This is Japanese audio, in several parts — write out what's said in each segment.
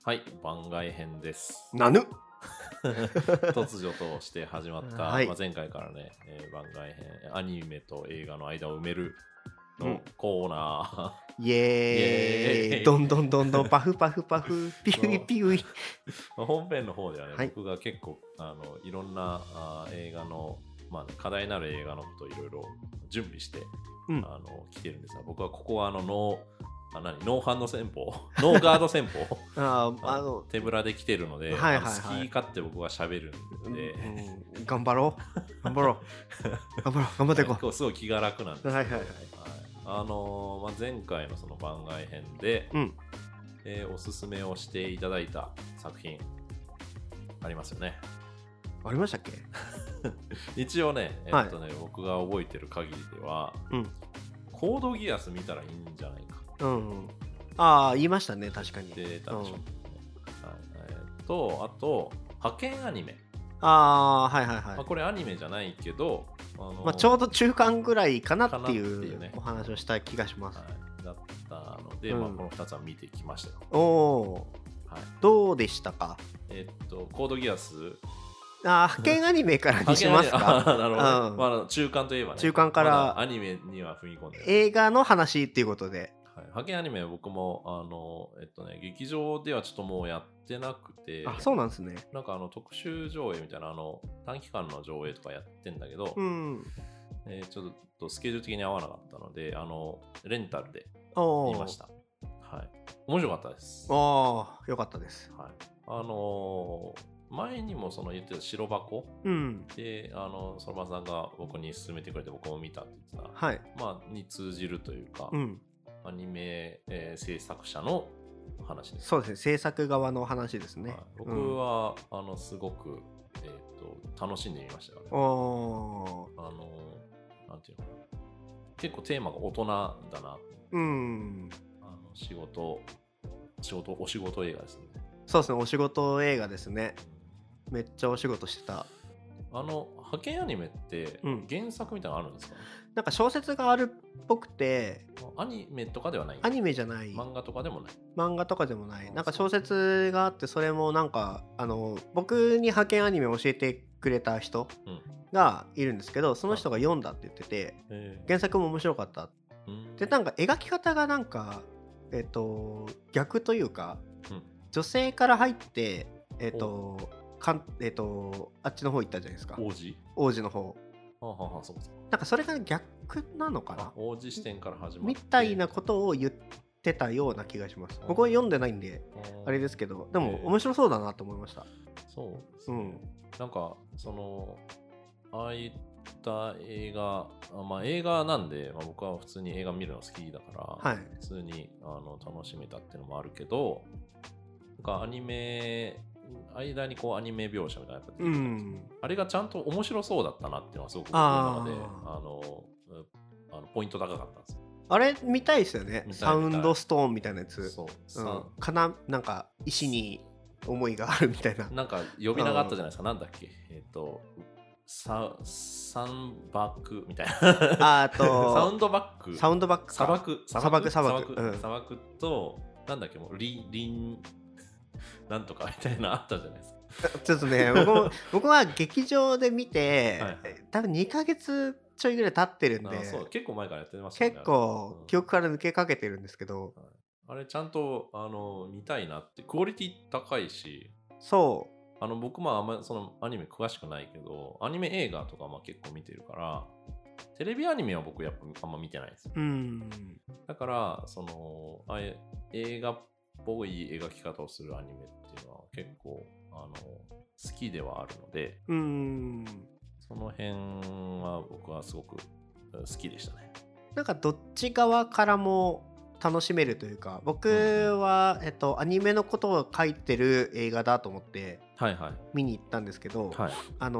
はい、番外編です。 なぬ突如として始まった、 はい前回からね、番外編、アニメと映画の間を埋めるのうんコーナイエイエーイーイどんどんどんどんパフパフパフピウイピウイー。本編の方ではね、 はい僕が結構いろんな映画の、課題になる映画のことをいろいろ準備して、 うん来てるんですが、僕はここはノーハンド戦法ノーガード戦法手ぶらで来てるので、 はいはいはい好き勝手僕は喋るんで、 頑張ろう頑張ろう頑張ろう頑張っていこ結構すごい気が楽なんですけど、 はいはいはい前回のその番外編で、 ううんおすすめをしていただいた作品ありますよね。 ありましたっけ一応ね、 はい僕が覚えてる限りでは、 うんコードギアス見たらいいんじゃないかうんああ言いましたね確かにってたでしょ、あと派遣アニメ、 ああはいはいはいこれアニメじゃないけど、 ちょうど中間ぐらいかなっていかなっていうねうお話をした気がしますだったので、 うんこの2つは見てきましたよ。 おおはい、 どうでしたかコードギアス派遣アニメからにしますかなるほど、中間といえばね、 中間からまだアニメには踏み込んでる。 映画の話っていうことで派遣アニメは僕も劇場ではちょっともうやってなくて、 そうなんですねなんか特集上映みたいな短期間の上映とかやってんだけど、 うんちょっとスケジュール的に合わなかったのでレンタルで見ました。はい、面白かったです。 よかったです。 はい、前にも言ってた白箱、でその場さんが僕に勧めてくれて僕も見たって言ってた、 はいに通じるというか、アニメ、制作者の話です。 そうですね制作側の話ですね。 僕は、すごく、楽しんでみましたよね。なんていうのかな、結構テーマが大人だな。お仕事映画ですね。 そうですねお仕事映画ですね。めっちゃお仕事してた。 派遣アニメって原作みたいなのあるんですか？ なんか小説があるっぽくてアニメとかではない？ アニメじゃない。 漫画とかでもない？ 漫画とかでもない。なんか小説があってそれもなんか僕に派遣アニメを教えてくれた人がいるんですけど、その人が読んだって言ってて原作も面白かった。でなんか描き方がなんか逆というか、女性から入ってあっちの方行ったじゃないですか。王子の方。なんかそれが逆なのかな。 王子視点から始まってみたいなことを言ってたような気がします。僕は読んでないんであれですけど、でも面白そうだなと思いました。 そうですね。なんかああいった映画、映画なんで、僕は普通に映画見るの好きだから、普通に楽しめたっていうのもあるけど、なんかアニメ間にアニメ描写みたいなあれがちゃんと面白そうだったなっていうのはすごく僕の中でポイント高かったんですよ。 あれ見たいですよね。サウンドストーンみたいなやつ。なんか石に思いがあるみたいな。 なんか呼び名があったじゃないですか。なんだっけ、サンバックみたいなサウンドバック砂漠となんだっけ、もうリンなんとかみたいなあったじゃないですか。 ちょっとね僕は劇場で見て多分2ヶ月ちょいぐらい経ってるんで結構前からやってましたね。 結構記憶から抜けかけてるんですけど、 あれちゃんと見たいなって。クオリティ高いし、僕もあんまそのアニメ詳しくないけどアニメ映画とか結構見てるから、テレビアニメは僕やっぱあんま見てないです。だから映画っぽい描き方をするアニメっていうのは結構好きではあるので、その辺は僕はすごく好きでしたね。 なんかどっち側からも楽しめるというか、僕は、アニメのことを書いてる映画だと思って見に行ったんですけど、確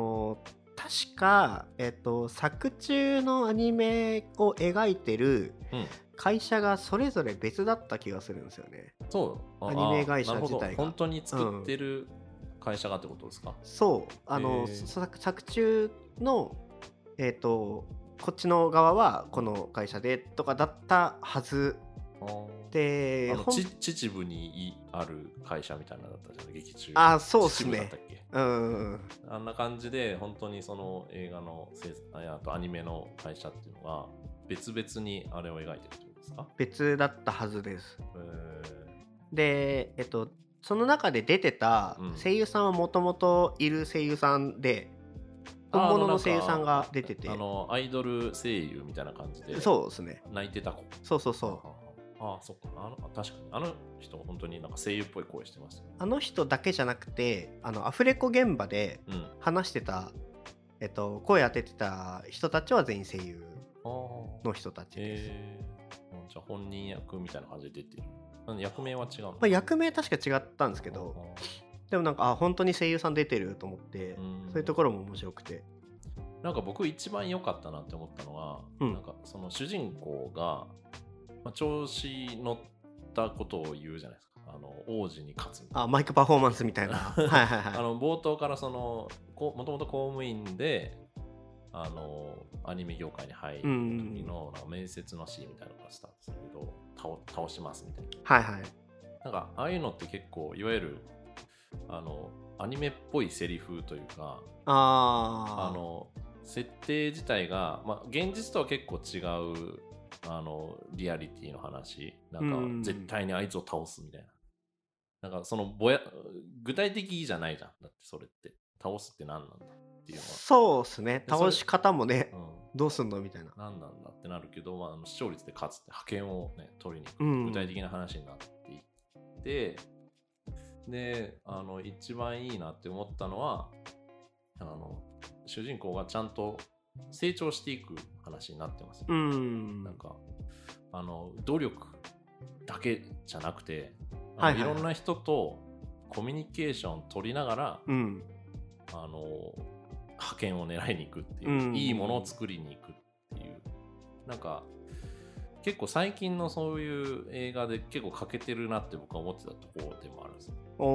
か、作中のアニメを描いてる会社がそれぞれ別だった気がするんですよね。アニメ会社自体が本当に作ってる会社がってことですか？ 作中のこっちの側はこの会社でとかだったはずで秩父にある会社みたいなのだったじゃん、劇中。 そうっすね。 秩父だったっけ。あんな感じで本当にその映画のあとアニメの会社っていうのが別々にあれを描いてるってことですか？ 別だったはずです。でその中で出てた声優さんはもともといる声優さんで、本物の声優さんが出てて、 アイドル声優みたいな感じで。 そうですね。 泣いてた子。 そうそうそう。 そっか。確かにあの人本当になんか声優っぽい声してます、ね。 あの人だけじゃなくてアフレコ現場で話してた、声当ててた人たちは全員声優の人たちです。 じゃあ本人役みたいな感じで出てる。役名は違うの？ 役名確か違ったんですけど、でもなんか本当に声優さん出てると思って、そういうところも面白くて、 なんか僕一番良かったなって思ったのは、なんかその主人公が、調子乗ったことを言うじゃないですか。王子に勝つ。 マイクパフォーマンスみたいな。はいはいはい。 冒頭からそのもともと公務員でアニメ業界に入る時の面接のシーンみたいなのがスタートするけど、倒しますみたいな。 はいはい。 なんかああいうのって結構いわゆるアニメっぽいセリフというか、設定自体が、現実とは結構違うリアリティの話。なんか絶対にあいつを倒すみたいな。なんかその具体的じゃないじゃん。だってそれって倒すって何なんだっていうのは。 そうですね。倒し方もね、どうすんのみたいな。 何なんだってなるけど、視聴率で勝つって派遣をね取りに行く具体的な話になっていって、で一番いいなって思ったのは主人公がちゃんと成長していく話になってます、ね。なんか努力だけじゃなくて、いろんな人とコミュニケーション取りながら、派遣を狙いに行くっていう、いいものを作りに行くっていう、なんか結構最近のそういう映画で結構欠けてるなって僕は思ってたところでもあるんです。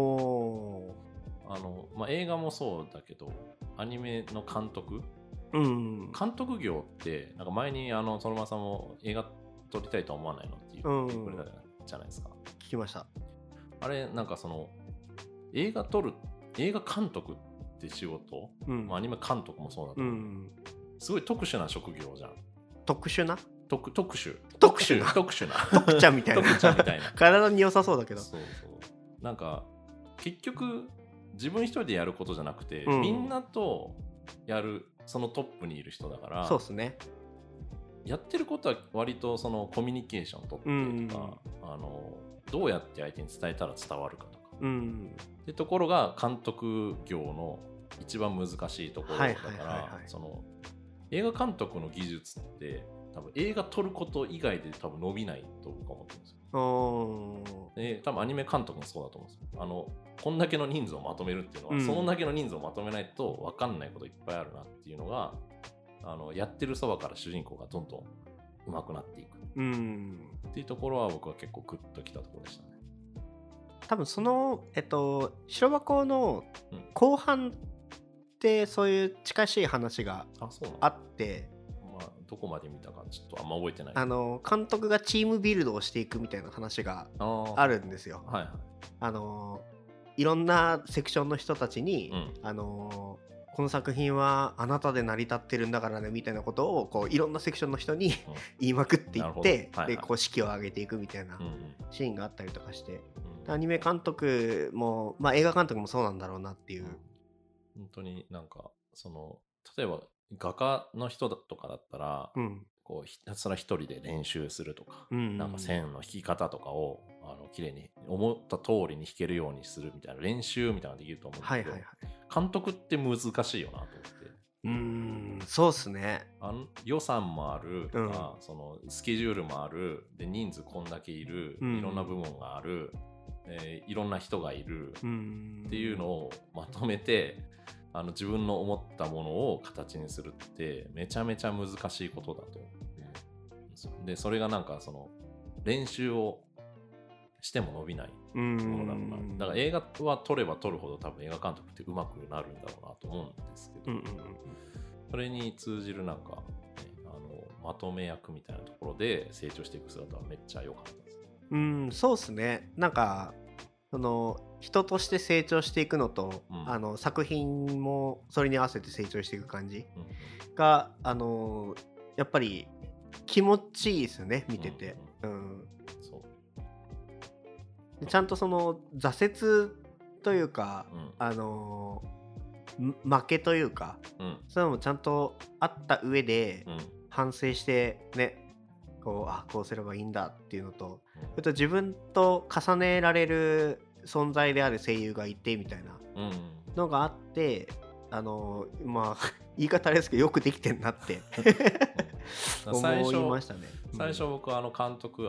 映画もそうだけどアニメの監督、監督業ってなんか前にそのまさんも映画撮りたいとは思わないのって言ってくれたじゃないですか。 聞きました。 あれなんかその映画監督って仕事、アニメ監督もそうだと思う、すごい特殊な職業じゃん。 特殊な特殊な特ちゃんみたいな体に良さそうだけど、 そうなんか結局自分一人でやることじゃなくて、みんなとやる、そのトップにいる人だから、 そうですね。 やってることは割とそのコミュニケーション取ってとか、どうやって相手に伝えたら伝わるかとか、ってところが監督業の一番難しいところだから、その映画監督の技術って多分映画撮ること以外で多分伸びないと僕は思ってるんですよ。多分アニメ監督もそうだと思うんですよ。こんだけの人数をまとめるっていうのは、そんだけの人数をまとめないと分かんないこといっぱいあるなっていうのがやってるそばから主人公がどんどん上手くなっていくっていうところは僕は結構グッときたところでしたね。 多分その白箱の後半ってそういう近しい話があって、 どこまで見たかちょっとあんま覚えてない。 監督がチームビルドをしていくみたいな話があるんですよ。いろんなセクションの人たちに、この作品はあなたで成り立ってるんだからねみたいなことをこういろんなセクションの人に言いまくっていって、でこう士気を上げていくみたいなシーンがあったりとかして、アニメ監督も、映画監督もそうなんだろうなっていう。 本当になんかその例えば画家の人とかだったら、こうひたすら一人で練習するとか、なんか線の引き方とかを綺麗に思った通りに弾けるようにするみたいな練習みたいなのができると思うんですけど、監督って難しいよなと思って。 そうっすね。 予算もある、そのスケジュールもあるで、人数こんだけいる、いろんな部門がある、いろんな人がいるっていうのをまとめて自分の思ったものを形にするってめちゃめちゃ難しいことだと思う。でそれがなんかその練習をしても伸びないものなのかな。だから映画は撮れば撮るほど多分映画監督って上手くなるんだろうなと思うんですけど、それに通じるなんか、まとめ役みたいなところで成長していく姿はめっちゃ良かったです。 そうっすね。なんかその人として成長していくのと、作品もそれに合わせて成長していく感じが、やっぱり気持ちいいですよね、見てて。そうちゃんとその挫折というか、負けというか、そういうのもちゃんとあった上で反省してね、こうすればいいんだっていうのと、自分と重ねられる存在である声優がいてみたいなのがあって、まあ言い方あれですけどよくできてんなって思いましたね。 最初僕監督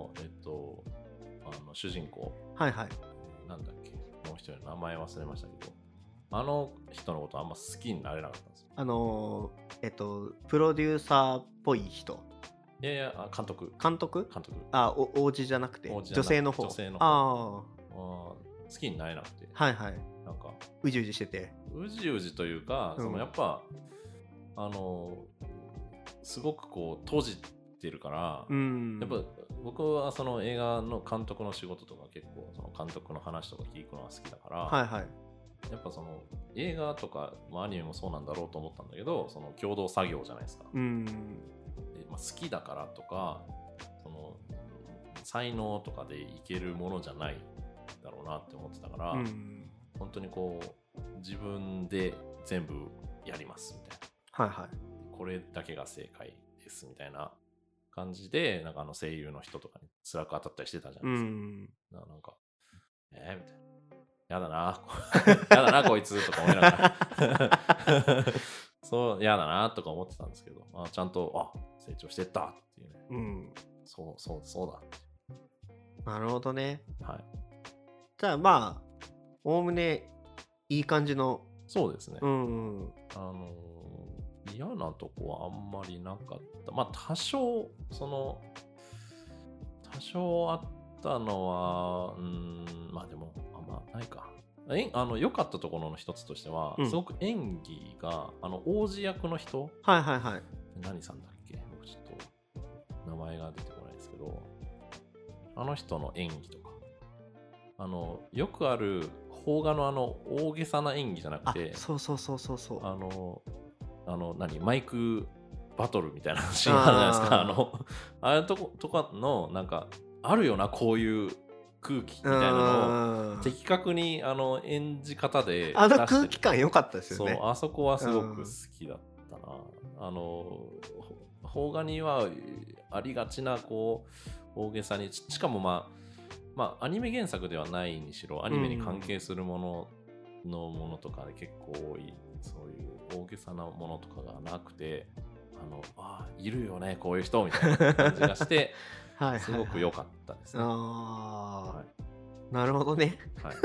主人公はいはい、 なんだっけ、もう一人の名前忘れましたけど、あの人のことあんま好きになれなかったんですよ。プロデューサーっぽい人。 いや監督。 王子じゃなくて女性の方。 好きになれなくて、 はいはい、 なんかうじうじしてて、 うじうじというか、そのやっぱすごくこう閉じてるから、やっぱ僕はその映画の監督の仕事とか結構その監督の話とか聞くのが好きだから、 はいはい、 やっぱその映画とか、アニメもそうなんだろうと思ったんだけど、その共同作業じゃないですか。で好きだからとかその才能とかでいけるものじゃないだろうなって思ってたから、本当にこう自分で全部やりますみたいな、これだけが正解ですみたいな感じで、なんか声優の人とかに辛く当たったりしてたじゃないですか。なんかみたいな、やだなやだなこいつとか思いながらそうやだなとか思ってたんですけど、ちゃんと成長してったっていうね、そうだ。なるほどね。 はい。 じゃあまあおおむねいい感じの。 そうですね。嫌なとこはあんまりなかった。多少あったのはでもあんまないか。良かったところの一つとしては、すごく演技が王子役の人、何さんだっけ、僕ちょっと名前が出てこないですけど、あの人の演技とかよくある邦画の大げさな演技じゃなくて、マイクバトルみたいなシーンあるじゃないですか。ああいうとかのなんかあるよな、こういう空気みたいなのを的確に演じ方で出してる。 空気感良かったですよね。 そう、あそこはすごく好きだったな。邦画にはありがちなこう大げさに、しかもアニメ原作ではないにしろアニメに関係するものとかで結構多い、そういう大げさなものとかがなくて、いるよねこういう人みたいな感じがしてすごく良かったですね。 なるほどね。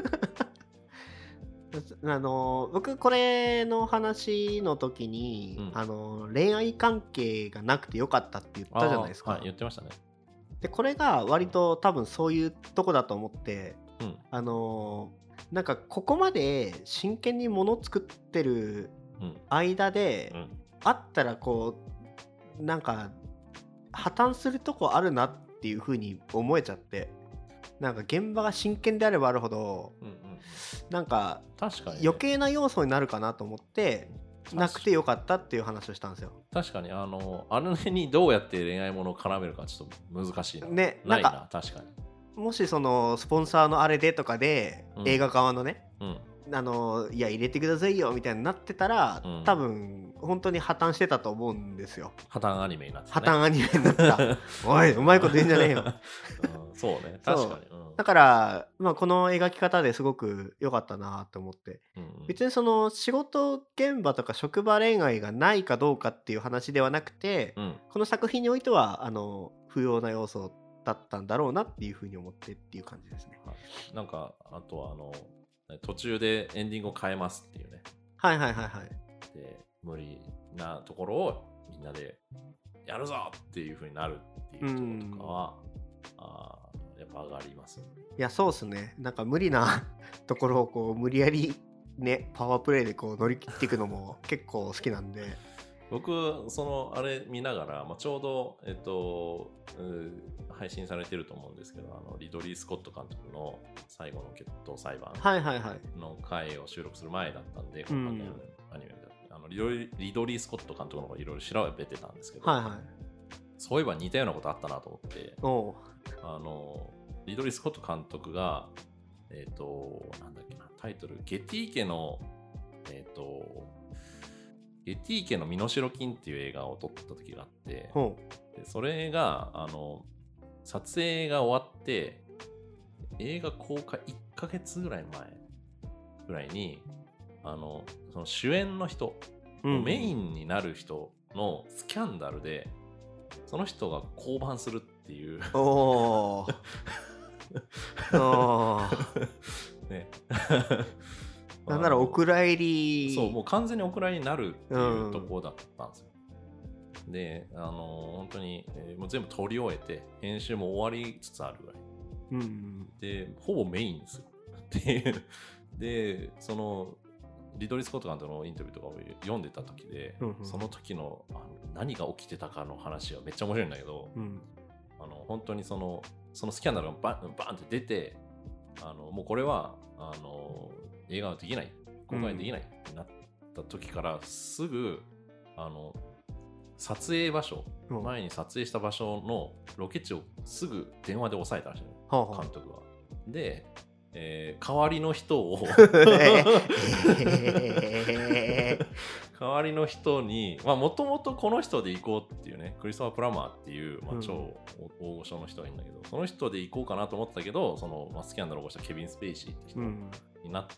僕これの話の時に、恋愛関係がなくてよかったって言ったじゃないですか。 言ってましたね。 でこれが割と多分そういうとこだと思って、なんかここまで真剣に物作ってる間で、あったらこうなんか破綻するとこあるなっていう風に思えちゃって、なんか現場が真剣であればあるほど、なんか余計な要素になるかなと思ってなくてよかったっていう話をしたんですよ。 確かにあれにどうやって恋愛ものを絡めるかちょっと難しいな。 ね、 ないな、確かに。 もしそのスポンサーのあれでとかで、映画側のね、いや入れてくださいよみたいになってたら、多分本当に破綻してたと思うんですよ。 破綻アニメになって、 破綻アニメになったおいうまいこと言うんじゃねえよそうね、確かに。 だから、この描き方ですごく良かったなと思って、別にその仕事現場とか職場恋愛がないかどうかっていう話ではなくて、この作品においては不要な要素だったんだろうなっていうふうに思ってっていう感じですね。 なんかあとは途中でエンディングを変えますっていうね。で無理なところをみんなでやるぞっていう風になるっていうところとかは、やっぱ上がります。 いやそうですね。なんか無理なところをこう無理やりねパワープレイでこう乗り切っていくのも結構好きなんで。 僕あれ見ながら、ちょうど配信されてると思うんですけど、リドリー・スコット監督の最後の決闘裁判の回を収録する前だったんで、このアニメだリドリー・スコット監督の方いろいろ調べてたんですけど、そういえば似たようなことあったなと思って、リドリー・スコット監督がなんだっけな、タイトルゲティ家のゲティ家の身代金っていう映画を撮った時があって、でそれが撮影が終わって映画公開1ヶ月ぐらい前ぐらいにその主演の人、メインになる人のスキャンダルでその人が降板するっていうねなんならお蔵入り、 そう、もう完全にお蔵入りになるっていうところだったんですよ。で、本当に、もう全部撮り終えて編集も終わりつつあるぐらい、でほぼメインですよでそのリドリー・スコット監督のインタビューとかを読んでた時で、その時の何が起きてたかの話はめっちゃ面白いんだけど、本当にそのスキャンダルがバンって出て、もうこれは映画はできない、公開できないってなった時からすぐ撮影場所、前に撮影した場所のロケ地をすぐ電話で押さえたらしいの、監督は。で、代わりの人を代わりの人に、もともとこの人で行こうっていうね、クリストファー・プラマーっていう、超大御所の人がいるんだけど、その人で行こうかなと思ってたけど、スキャンダルを起こしたケビン・スペイシーって人になって、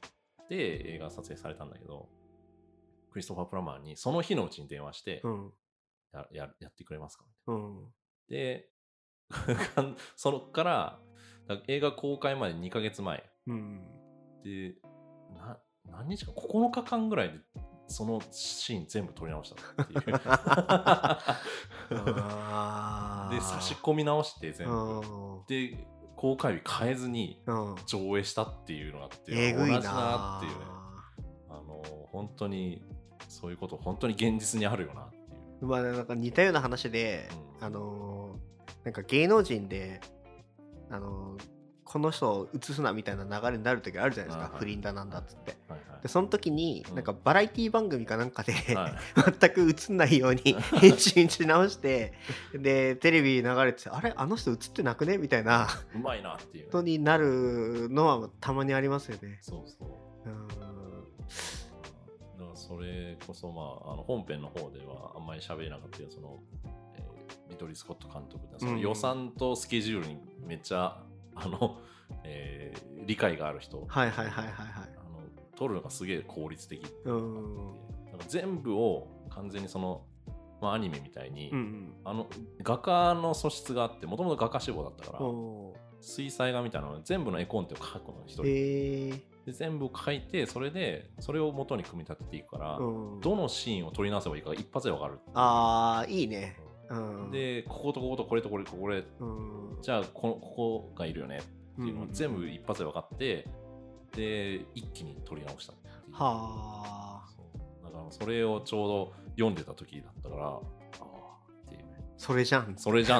映画撮影されたんだけど、クリストファー・プラマーにその日のうちに電話して、やってくれますか、でそのから映画公開まで2ヶ月前、で何日か9日間ぐらいでそのシーン全部撮り直したっていうで差し込み直して全部で公開日変えずに上映したっていうのがあって、同じなっていうね、本当にそういうこと本当に現実にあるよなっていう。 なんか似たような話で、なんか芸能人でこの人を映すなみたいな流れになる時あるじゃないですか、不倫だなんだっつって、でその時になんかバラエティ番組かなんかで、全く映んないように編集し直してでテレビ流れて、あれあの人映ってなくねみたいなうまいなっていうことになるのはたまにありますよね。 そうそう、だからそれこそ本編の方ではあんまり喋れなかったけど、リドリー・スコット監督でその予算とスケジュールにめっちゃ理解がある人、撮るのがすげえ効率的、なんか全部を完全にアニメみたいに、画家の素質があって、もともと画家志望だったから水彩画みたいなの全部の絵コンテを描くの一人で全部描いて、それを元に組み立てていくから、どのシーンを撮り直せばいいか一発で分かる。 いいね。 でこことこことこれとこれとこれ、じゃあここがいるよねっていうのを全部一発で分かって、で一気に撮り直したっていう。だからそれをちょうど読んでた時だったから、っていうね、それじゃんって思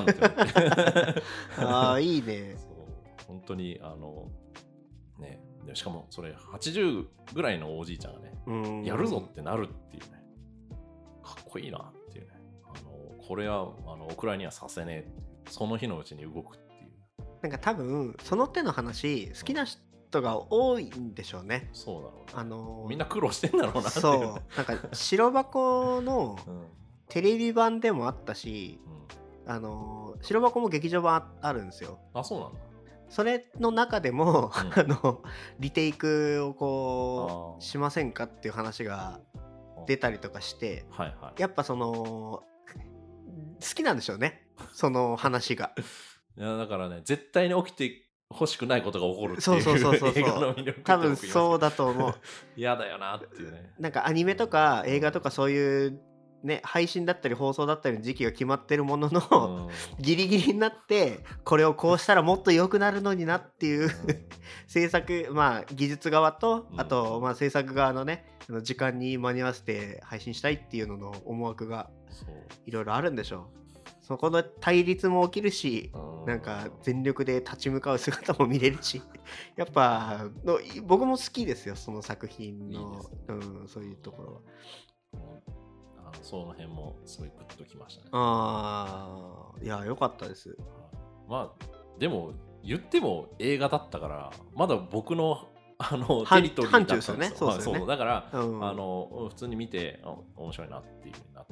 っていいね。 本当にね、でしかもそれ80ぐらいのおじいちゃんがね、やるぞってなるっていうね、かっこいいなっていうね、これはお蔵にはさせねえっていう、その日のうちに動くっていう。 なんか多分その手の話好きな人が多いんでしょうね。 そうだろうね。みんな苦労してんだろうなっていう。 そうなんか白箱のテレビ版でもあったし、白箱も劇場版あるんですよ。 そうなんだ。 それの中でも、リテイクをこうしませんかっていう話が出たりとかして、やっぱ好きなんでしょうね、その話が。 いやだからね、絶対に起きて欲しくないことが起こるっていう映画の魅力、 多分そうだと思う。 嫌だよなっていうね。 なんかアニメとか映画とかそういうね、配信だったり放送だったりの時期が決まってるもののギリギリになってこれをこうしたらもっと良くなるのになっていう制作、まあ技術側とあとまあ制作側のね時間に間に合わせて配信したいっていうのの思惑がいろいろあるんでしょう。そこの対立も起きるし、なんか全力で立ち向かう姿も見れるしやっぱ僕も好きですよ、その作品のそういうところは。 その辺もすごいグッときましたね。 いや良かったです。 まあでも言っても映画だったからまだ僕のテリトリーだったんですよ。 そうですよね。 だから、普通に見て面白いなっていう風にな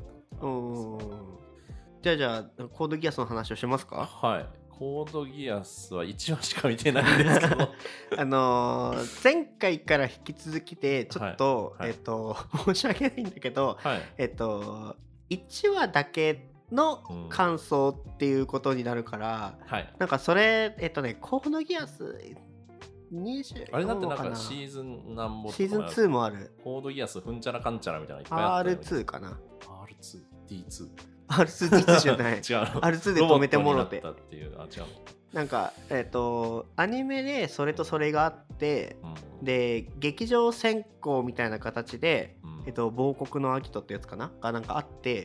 った。 じゃあコードギアスの話をしますか。 はい。コードギアスは1話しか見てないんですけど前回から引き続きでちょっと、申し訳ないんだけど、1話だけの感想っていうことになるから、なんかそれコードギアス20 あれだってなんかシーズン何本シーズン2もある。 コードギアスふんちゃらかんちゃらみたいなのいっぱいあったよね。 R2 かな。 R2D2 R2D2 じゃない。 違う。 R2 で止めてもろて。 違う。 なんかアニメでそれとそれがあって、で劇場先行みたいな形で、亡国のアキトってやつかながなんかあって、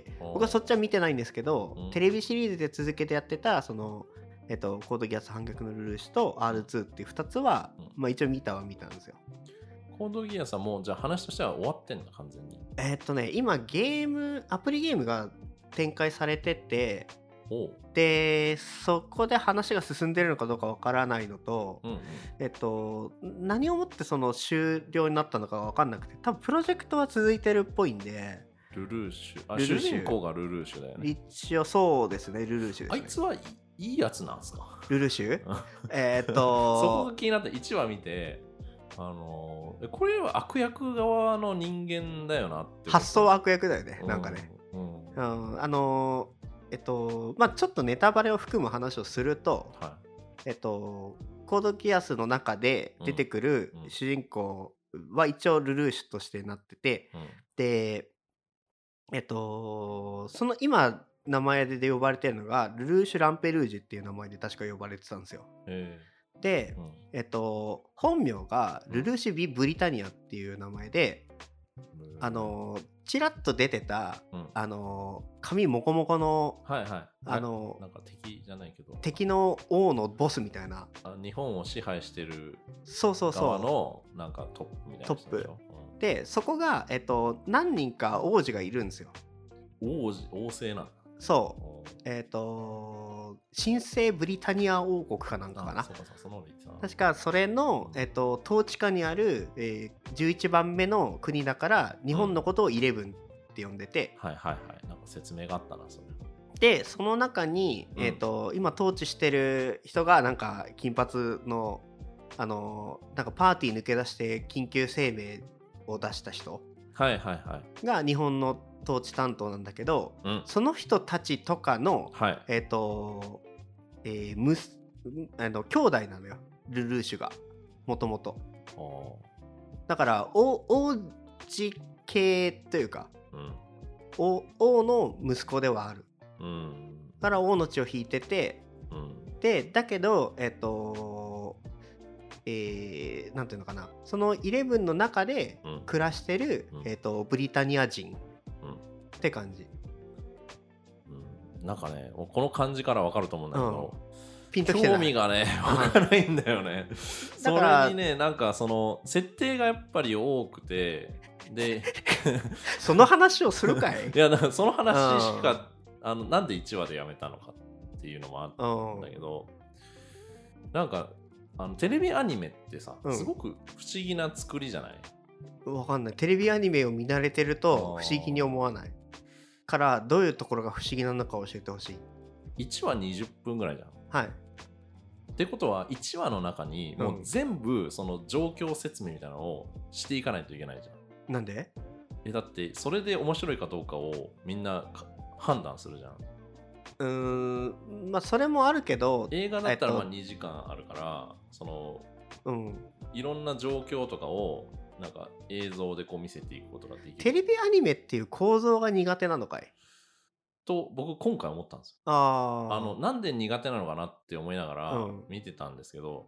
僕はそっちは見てないんですけど、テレビシリーズで続けてやってたそのコードギアス反逆のルルーシュと R2 っていう2つは、まあ一応見たんですよ。 コードギアスはもうじゃあ話としては終わってんだ完全に。 今アプリゲームが展開されてて、でそこで話が進んでるのかどうかわからないのと、何をもってその終了になったのかわかんなくて、多分プロジェクトは続いてるっぽいんで。 ルルーシュ主人公がルルーシュだよね。 一応そうですね、ルルーシュですね。 あいつはいいやつなんですか、 ルルーシュそこが気になって1話見てこれは悪役側の人間だよなって発想悪役だよね、なんかね。まあちょっとネタバレを含む話をすると、コードギアスの中で出てくる主人公は一応ルルーシュとしてなってて、でその今名前で呼ばれてるのがルルーシュ・ランペルージュっていう名前で確か呼ばれてたんですよ。で、本名がルルーシュ・ビ・ブリタニアっていう名前で、チラッと出てた、髪モコモコの、 なんか敵じゃないけど敵の王のボスみたいな、 日本を支配してる側のなんかトップみたいな人でしょ。 でそこが、何人か王子がいるんですよ。 王政なんだ。 そう、神聖ブリタニア王国かなんかかな。確かそれの、統治下にある、11番目の国だから日本のことをイレブンって呼んでて、 なんか説明があったなそれで。その中に、今統治してる人がなんか金髪のなんかパーティー抜け出して緊急声明を出した人が日本の統治担当なんだけど、その人たちとかの、兄弟なのよ、ルルーシュがもともと。だから王子系というか、王の息子ではある、から王の血を引いてて、でだけどなんていうのかな、その11の中で暮らしてる、ブリタニア人って感じ。 なんかね、この感じから分かると思うんだけど、 ピンときてない。 興味がね湧かないんだよね。それにね、なんかその設定がやっぱり多くて、でその話をするかい。 いやだからその話しかなんで1話でやめたのかっていうのもあったんだけど、なんかテレビアニメってさ、すごく不思議な作りじゃない？ わかんない。テレビアニメを見慣れてると不思議に思わないから、どういうところが不思議なのか教えてほしい。 1話20分ぐらいじゃん。 はい。 ってことは1話の中にもう全部その状況説明みたいなのをしていかないといけないじゃん。 なんで？ だってそれで面白いかどうかをみんな判断するじゃん。 まあそれもあるけど、 映画だったらまあ2時間あるから、そのいろんな状況とかをなんか映像でこう見せていくことができる。 テレビアニメっていう構造が苦手なのかいと僕今回思ったんですよ。なんで苦手なのかなって思いながら見てたんですけど、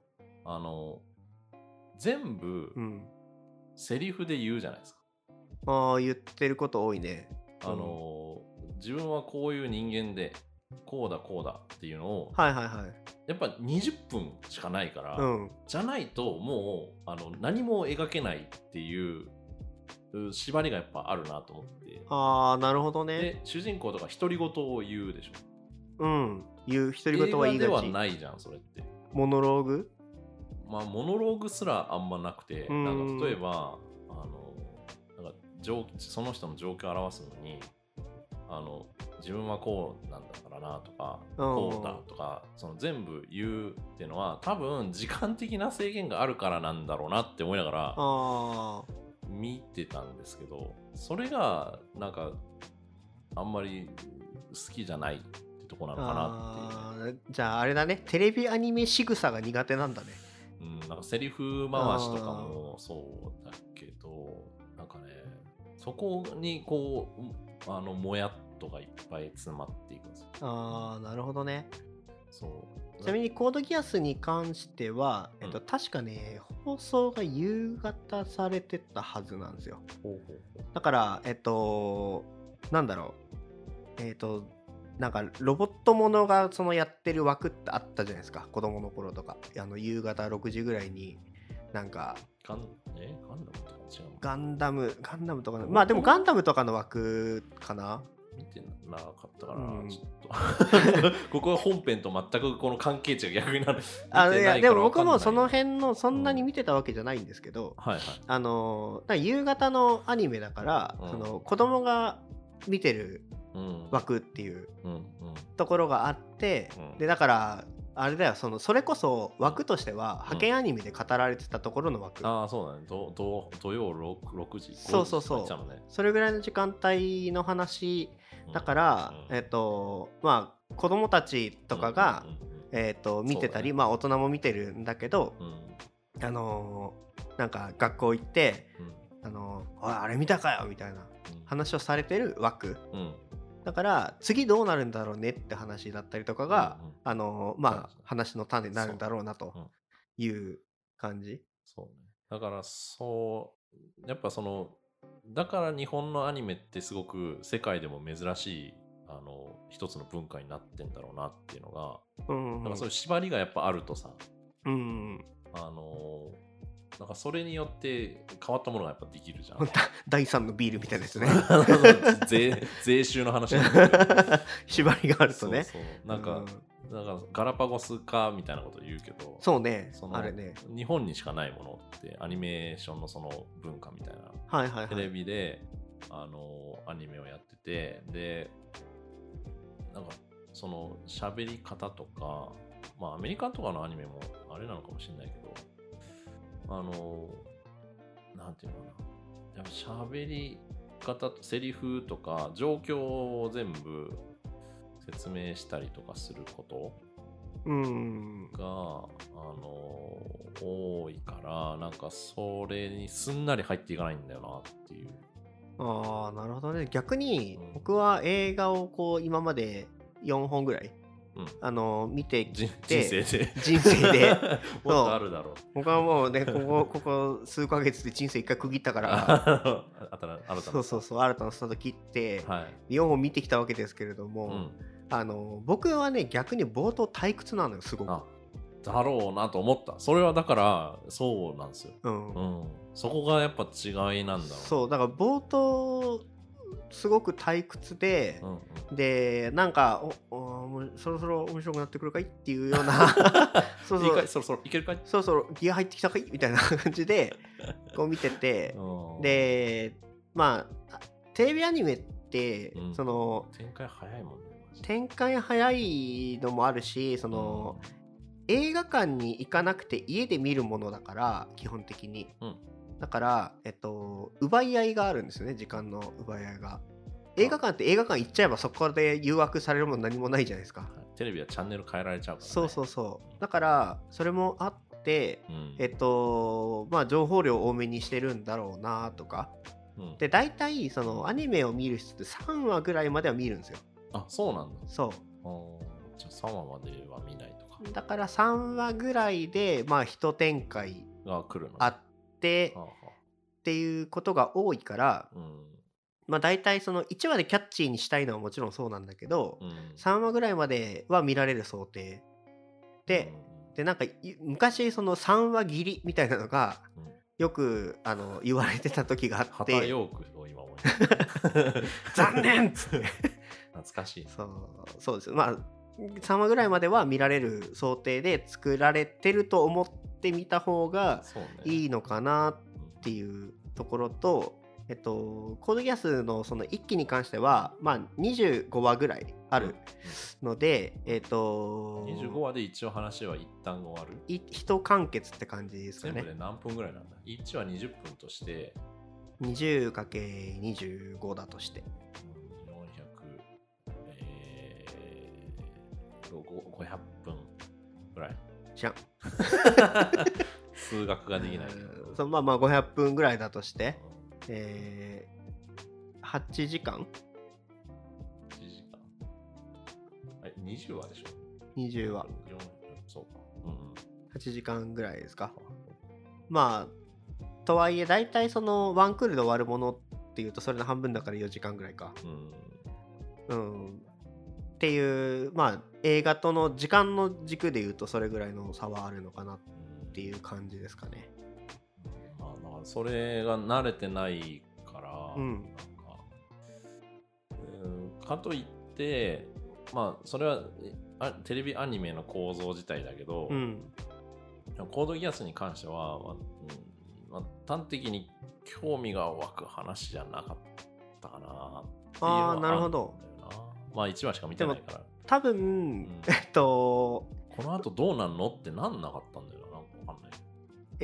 全部セリフで言うじゃないですか。 言ってること多いね。 自分はこういう人間でこうだこうだっていうのを、 はいはいはい、 やっぱ20分しかないから、じゃないともう何も描けないっていう縛りがやっぱあるなと思って。 なるほどね。 で主人公とか独り言を言うでしょ。 言う独り言は言いがち。 映画ではないじゃんそれって。 モノローグ？ モノローグすらあんまなくて、なんか例えばなんかその人の状況を表すのに自分はこうなんだからなとかこうだとかその全部言うっていうのは多分時間的な制限があるからなんだろうなって思いながら見てたんですけど、それがなんかあんまり好きじゃないってとこなのかなっていう、ね、 じゃああれだね、テレビアニメ仕草が苦手なんだね。 なんかセリフ回しとかもそうだけど、なんかねそこにこうもやっとがいっぱい詰まっていくんですよ。 なるほどね。 そうちなみにコードギアスに関しては、確かね放送が夕方されてたはずなんですよ。だからなんだろうなんかロボットものがそのやってる枠ってあったじゃないですか、子供の頃とか。夕方6時ぐらいになんかガンダムとかまあでもガンダムとかの枠かな。 見てなかったから、ちょっとここは本編と全くこの関係値が逆になる。 いやでも僕もその辺のそんなに見てたわけじゃないんですけど、夕方のアニメだから、その子供が見てる枠っていうところがあって、でだからあれだよ、それこそ枠としては派遣アニメで語られてたところの枠。 そうだね。土曜6時。 そうそれぐらいの時間帯の話だから、まあ子供たちとかが見てたり、まあ大人も見てるんだけど、なんか学校行ってあれ見たかよみたいな話をされてる枠。だから次どうなるんだろうねって話だったりとかが、まあ話の種になるんだろうなという感じ。 そうね。だからやっぱだから日本のアニメってすごく世界でも珍しい一つの文化になってんだろうなっていうのが、だからそういう縛りがやっぱあるとさ、なんかそれによって変わったものがやっぱできるじゃん。 第3のビールみたいなやつね。 税収の話縛りがあるとね。 なんかガラパゴス化みたいなこと言うけど、 そうね、あれね、 日本にしかないものってアニメーションのその文化みたいな、テレビでアニメをやってて、でなんかその喋り方とか、まあアメリカとかのアニメもあれなのかもしれないけど、なんていうのかな、やっぱ喋り方とセリフとか状況を全部説明したりとかすることが、多いから、なんかそれにすんなり入っていかないんだよなっていう。 なるほどね。逆に僕は映画をこう今まで4本ぐらい見てきて、人生でもっとあるだろう。 僕はもうねここ数ヶ月で人生一回区切ったから新たなスタート切って、4本見てきたわけですけれども、僕はね逆に冒頭退屈なのよ、すごく。 だろうなと思った。それはだからそうなんですよ。そこがやっぱ違いなんだろう。 そうだから冒頭すごく退屈で、でなんかそろそろ面白くなってくるかいっていうようなそろそろいけるかい、 そろそろギア入ってきたかいみたいな感じでこう見ててでまあテレビアニメってその展開早いもんね。 展開早いのもあるし、その映画館に行かなくて家で見るものだから基本的に、だから奪い合いがあるんですよね、時間の奪い合いが。映画館って映画館行っちゃえばそこで誘惑されるもの何もないじゃないですか。 テレビはチャンネル変えられちゃうからね。 そうだからそれもあって、まあ情報量多めにしてるんだろうなとか、で大体そのアニメを見る人って3話ぐらいまでは見るんですよ。 あ、そうなんだ。 そう。 じゃあ3話までは見ないとか。 だから3話ぐらいでまあ一展開が来るのあってっていうことが多いから、まあ大体その1話でキャッチーにしたいのはもちろんそうなんだけど、3話ぐらいまでは見られる想定で、なんか昔その3話切りみたいなのがよく言われてた時があって、 ハタヨークを今思い残念っつって懐かしい。 そうです。まあ3話ぐらいまでは見られる想定で作られてると思ってみた方がいいのかなっていうところと、コードギアスのその1期に関しては、まあ、25話ぐらいあるので、 25話で一応話は一旦終わる一完結って感じですかね。 全部で何分ぐらいなんだ。1話20分として 20×25 だとして 500分ぐらいじゃん数学ができないまあまあ500分ぐらいだとして、8時間 20話でしょ。 20話そうか、 8時間ぐらいですか。まあとはいえ大体そのワンクールで終わるものっていうとそれの半分だから4時間ぐらいか、っていう、まあ映画との時間の軸でいうとそれぐらいの差はあるのかなっていう感じですかね。 まあ、だからそれが慣れてないから、なんかかといってまあそれはテレビアニメの構造自体だけど、コードギアスに関しては、端的に興味が湧く話じゃなかったかなっていうのはあるんだよな。 なるほど。 まあ1話しか見てないから多分、 この後どうなんのってなんなかったんだよな。なんかわかんない。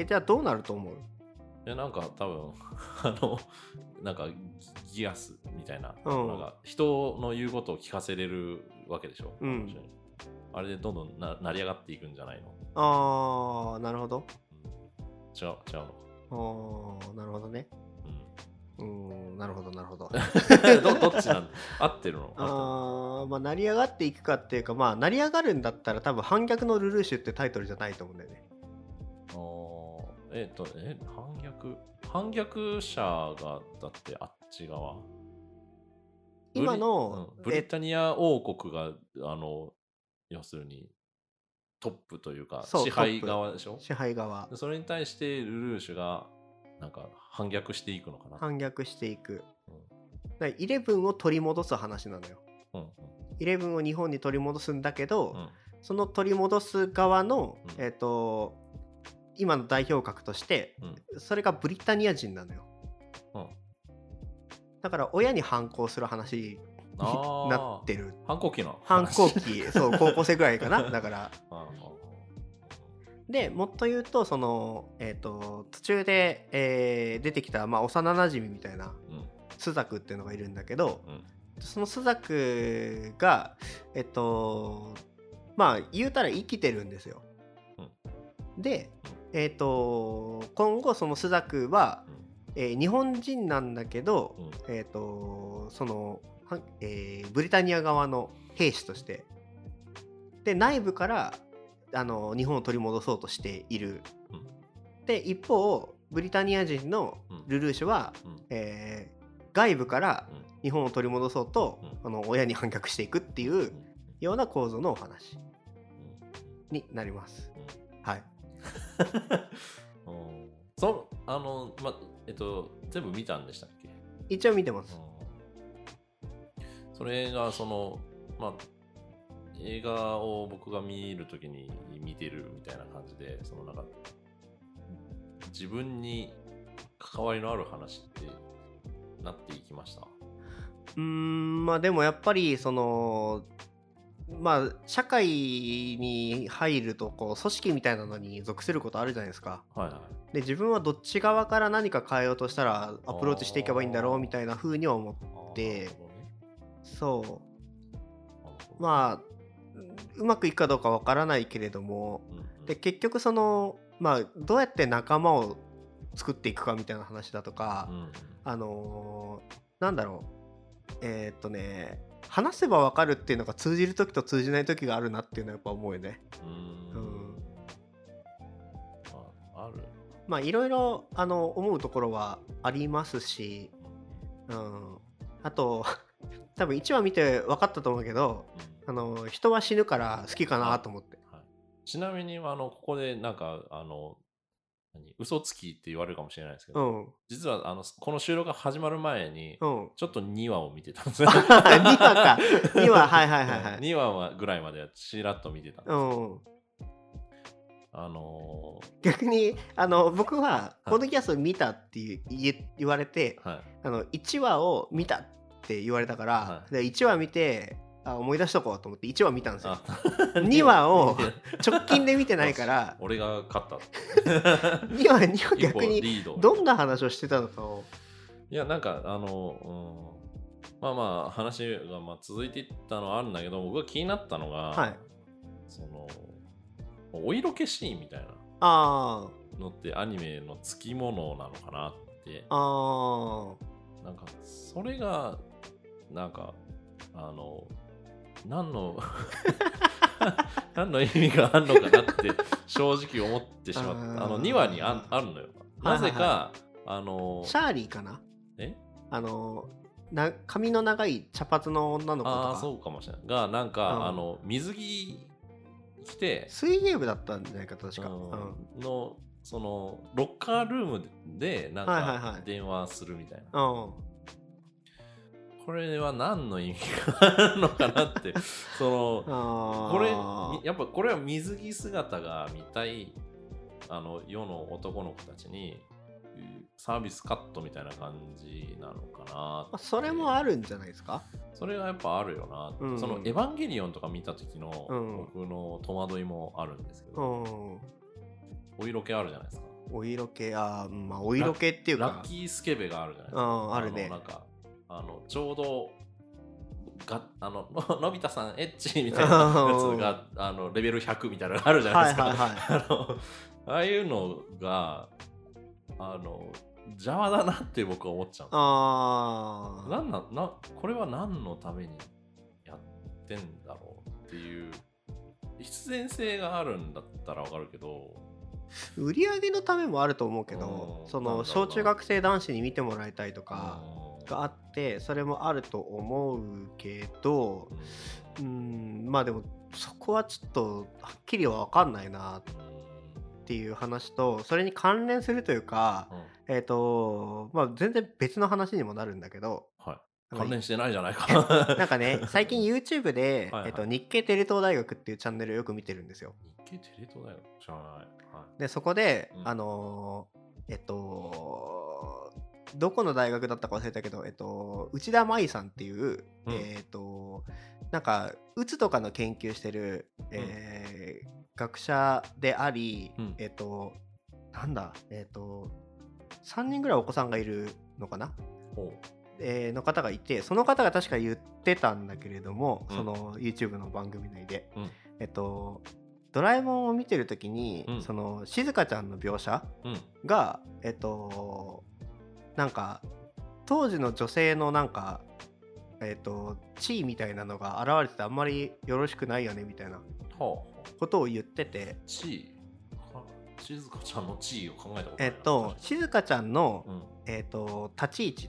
じゃあどうなると思う？ なんか多分なんかギアスみたいな、なんか人の言うことを聞かせれるわけでしょ、あれでどんどん成り上がっていくんじゃないの？ なるほど。 違うの？なるほどね。なるほどどっちなんだ？合ってるの？ まあ成り上がっていくかっていうか、まあ成り上がるんだったら多分反逆のルルーシュってタイトルじゃないと思うんだよね。 反逆者がだってあっち側今のブリタニア王国が要するにトップというか支配側でしょ。 支配側。 それに対してルルーシュがなんか反逆していくのかな。 反逆していく。イレブンを取り戻す話なのよ。イレブンを日本に取り戻すんだけど、その取り戻す側の、今の代表格として、それがブリタニア人なのよ。だから親に反抗する話になってる。 反抗期そう高校生ぐらいかな。だからでもっと言うとその、途中で、出てきた、まあ、幼なじみみたいな、スザクっていうのがいるんだけど、そのスザクがまあ言うたら生きてるんですよ。で今後そのスザクは、日本人なんだけど、その、ブリタニア側の兵士としてで内部から日本を取り戻そうとしている。で一方ブリタニア人のルルーシュは、外部から日本を取り戻そうと、親に反逆していくっていうような構造のお話になります。はい。 全部見たんでしたっけ？ 一応見てます。 それが映画を僕が見るときに見てるみたいな感じで、なんか自分に関わりのある話ってなっていきました？ まあでもやっぱりまあ社会に入るとこう組織みたいなのに属することあるじゃないですか。で自分はどっち側から何か変えようとしたらアプローチしていけばいいんだろうみたいな風には思って、まあうまくいくかどうかわからないけれども、で結局まあどうやって仲間を作っていくかみたいな話だとか、なんだろう、話せば分かるっていうのが通じる時と通じない時があるなっていうのはやっぱ思うよね。 ある。 まあいろいろ思うところはありますし、あと多分1話見て分かったと思うけど、人は死ぬから好きかなと思って。 ちなみにここでなんか嘘つきって言われるかもしれないですけど、実はこの収録が始まる前にちょっと2話を見てたんですよ。2 話か。2話、はいはいはいはい。 2話ぐらいまではちらっと見てたんですよ。 逆に僕はポッドキャスト見たって言われて、1話を見たって言われたから、で1話見て思い出しとこうと思って1話見たんですよ。2話を直近で見てないから俺が勝った 2話逆にどんな話をしてたのかを。 いやなんかまあまあ話が続いていったのはあるんだけど、僕が気になったのが、そのお色気シーンみたいなのってアニメのつきものなのかなって。なんかそれがなんか何の意味があるのかなって正直思ってしまった。2話にあるのよ。なぜか、 シャーリーかな。髪の長い茶髪の女の子とか。 そうかもしれない。がなんか、水着着て水泳部だったんじゃないか確か。 のそのロッカールームでなんか電話するみたいな。これは何の意味があるのかなってこれやっぱこれは水着姿が見たい世の男の子たちにサービスカットみたいな感じなのかな。 それもあるんじゃないですか。 それがやっぱあるよな。そのエヴァンゲリオンとか見た時の僕の戸惑いもあるんですけど、お色気あるじゃないですか。 お色気、まあお色気っていうかラッキースケベがあるじゃないですか。 あるね。 なんかちょうどのび太さんエッチみたいなやつがレベル100みたいなのがあるじゃないですか。ああいうのが邪魔だなって僕は思っちゃう。これは何のためにやってんだろうっていう必然性があるんだったらわかるけど、 売り上げのためもあると思うけど、その小中学生男子に見てもらいたいとかがあってそれもあると思うけど、まあでもそこはちょっとはっきりは分かんないなっていう話と、それに関連するというか、まあ全然別の話にもなるんだけど、 関連してないじゃないか。 なんかね最近 YouTube で日系テレ東大学っていうチャンネルをよく見てるんですよ。 日系テレ東大学知らない。 でそこで、どこの大学だったか忘れたけど、内田舞さんっていう、なんかうつとかの研究してる、学者であり、なんだ3人ぐらいお子さんがいるのかな、の方がいて、その方が確か言ってたんだけれども、その YouTube の番組内で、ドラえもんを見てる時に、そのしずかちゃんの描写が、なんか当時の女性のなんか地位みたいなのが現れててあんまりよろしくないよねみたいなことを言ってて、 地位、しずかちゃんの地位を考えたことない。 しずかちゃんの、立ち位置って、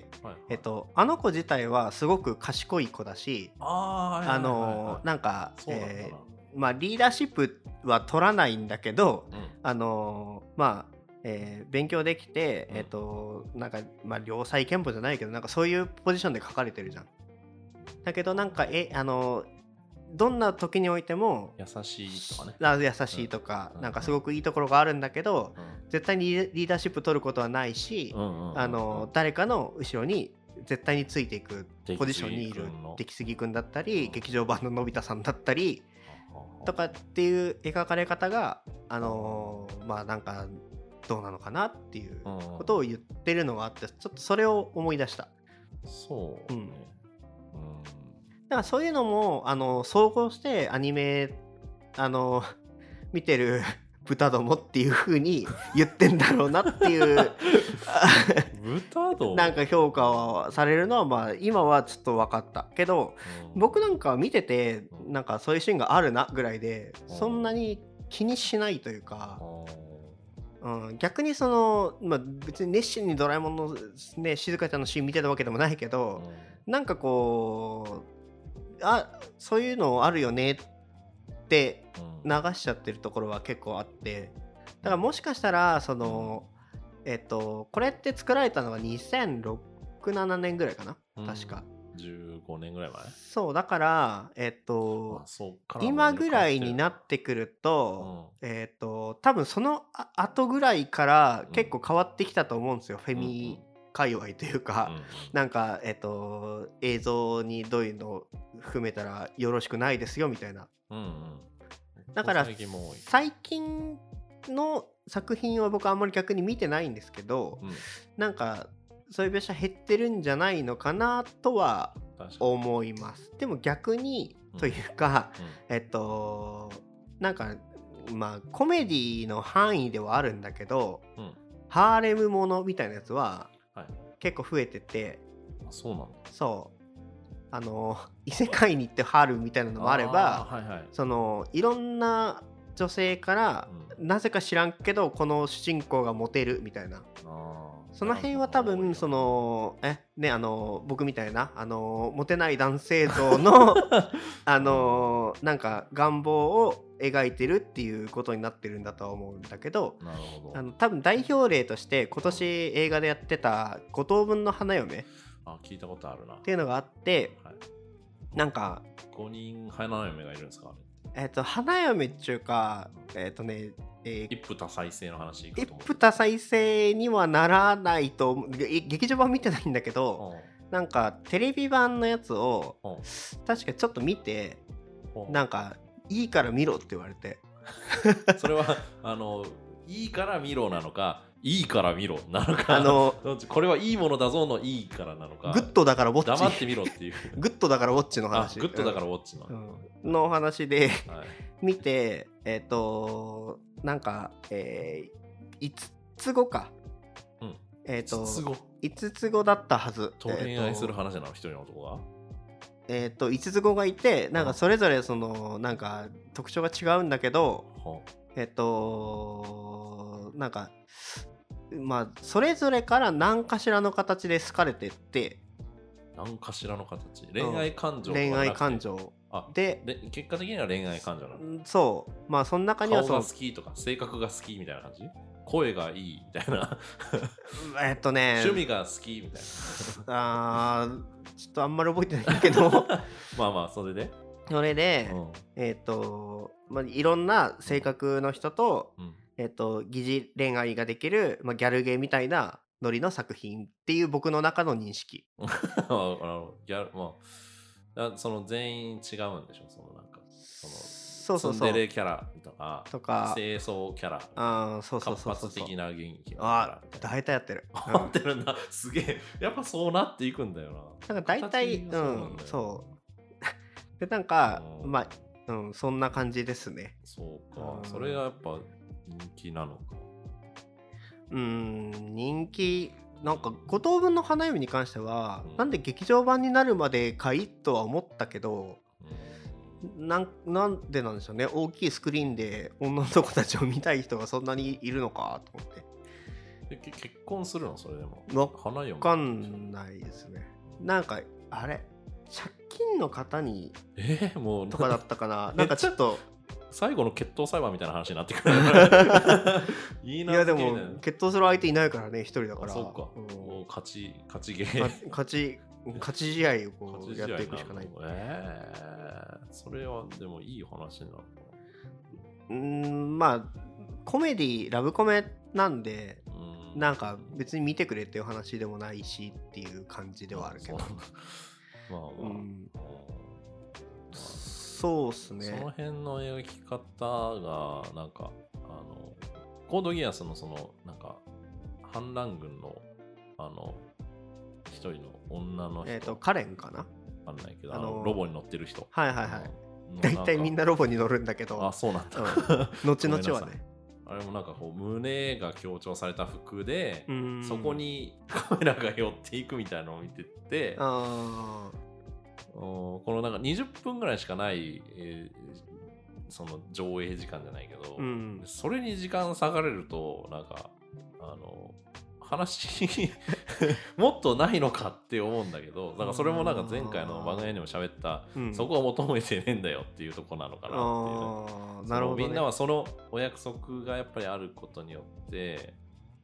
あの子自体はすごく賢い子だし、なんかまあリーダーシップは取らないんだけど、まあ勉強できて、なんかまあ良妻賢母じゃないけどなんかそういうポジションで書かれてるじゃん。だけどなんかどんな時においても優しいとかね、 優しいとか、なんかすごくいいところがあるんだけど、絶対にリーダーシップ取ることはないし、誰かの後ろに絶対についていくポジションにいる出来すぎくんだったり、劇場版ののび太さんだったりとかっていう描かれ方がまあなんかどうなのかなっていうことを言ってるのがあって、ちょっとそれを思い出した。 そうね。 だからそういうのも総合してアニメ見てる豚どもっていう風に言ってんだろうなっていう豚どもなんか評価はされるのはまあ今はちょっと分かったけど、僕なんか見ててなんかそういうシーンがあるなぐらいでそんなに気にしないというか、逆にその、まあ、別に熱心にドラえもんのね静香ちゃんのシーン見てたわけでもないけど、なんかこうそういうのあるよねって流しちゃってるところは結構あって、だからもしかしたらそのこれって作られたのは2006、7年ぐらいかな、確か 15年ぐらい前。 そうだから今ぐらいになってくると、多分その後ぐらいから結構変わってきたと思うんですよ、フェミ界隈というか、なんか映像にどういうのを含めたらよろしくないですよみたいな、だから最近の作品は僕あんまり逆に見てないんですけど、なんかそういう描写減ってるんじゃないのかなとは思います。でも逆にというか、なんかまあコメディの範囲ではあるんだけど、ハーレムものみたいなやつは結構増えてて、 そうなんだ。 そう異世界に行ってハーレムみたいなのもあれば、そのいろんな女性から、なぜか知らんけどこの主人公がモテるみたいな、その辺は多分その僕みたいなモテない男性像のなんか願望を描いてるっていうことになってるんだとは思うんだけど、多分代表例として今年映画でやってた5等分の花嫁聞いたことあるなっていうのがあって、なんか 5人花嫁がいるんですか？ 花嫁っていうか一夫多妻制の話。 一夫多妻制にはならないと、劇場版見てないんだけど、なんかテレビ版のやつを確かちょっと見て、なんかいいから見ろって言われてそれはいいから見ろなのかいいから見ろなのかこれはいいものだぞのいいからなのか、 グッドだからウォッチ黙ってみろっていうグッドだからウォッチの話、 グッドだからウォッチの話で見て、なんか5つ後か、5つ後だったはずと恋愛する話なの、一人の男が 5つ子がいて、なんかそれぞれそのなんか特徴が違うんだけど、なんかまあそれぞれから何かしらの形で好かれてって、 何かしらの形、恋愛感情、 恋愛感情で結果的には恋愛感情なの。 そうまあその中には顔が好きとか性格が好きみたいな感じ、声がいいみたいな趣味が好きみたいなちょっとあんまり覚えてないんだけどまあまあそれでまあ、いろんな性格の人と、疑似恋愛ができる、まあ、ギャルゲーみたいなノリの作品っていう僕の中の認識ギャル、まあ、その全員違うんでしょ、そのなんかそうツンデレキャラとか清掃キャラ、 活発的な元気大体やってるやってるんだ、すげえ、やっぱそうなっていくんだよな。 なんか大体そうでなんかまあそんな感じですね。 そうか、それがやっぱ人気なのか。 人気なんか5等分の花嫁に関しては、なんで劇場版になるまでかいとは思ったけど、なんでなんでしょうね、大きいスクリーンで女の子たちを見たい人がそんなにいるのかと思って。 結婚するのそれでも？ 花嫁わかんないですね。なんかあれ借金の方にもうとかだったかななんかちょっと最後の決闘裁判みたいな話になってくるいやでも決闘する相手いないからね、一人だから。 そうか、勝ちゲー勝ち試合をこうやっていくしかない。 それはでもいい話になる。 まあコメディラブコメなんで、なんか別に見てくれっていう話でもないしっていう感じではあるけどそうっすね。 その辺の描き方がなんかコードギアスのそのなんか反乱軍の一人の女の人、 カレンかな、 わかんないけどロボに乗ってる人、 はい大体みんなロボに乗るんだけど、 そうなんだ、 後々はねあれもなんかこう胸が強調された服で、そこにカメラが寄っていくみたいなのを見てて、このなんか20分ぐらいしかない、その上映時間じゃないけど、それに時間割かれるとなんか話もっとないのかって思うんだけど、だからそれもなんか前回の番組にも喋った、そこは求めてねえんだよっていうところなのかなっていう、なるほどね、みんなはそのお約束がやっぱりあることによって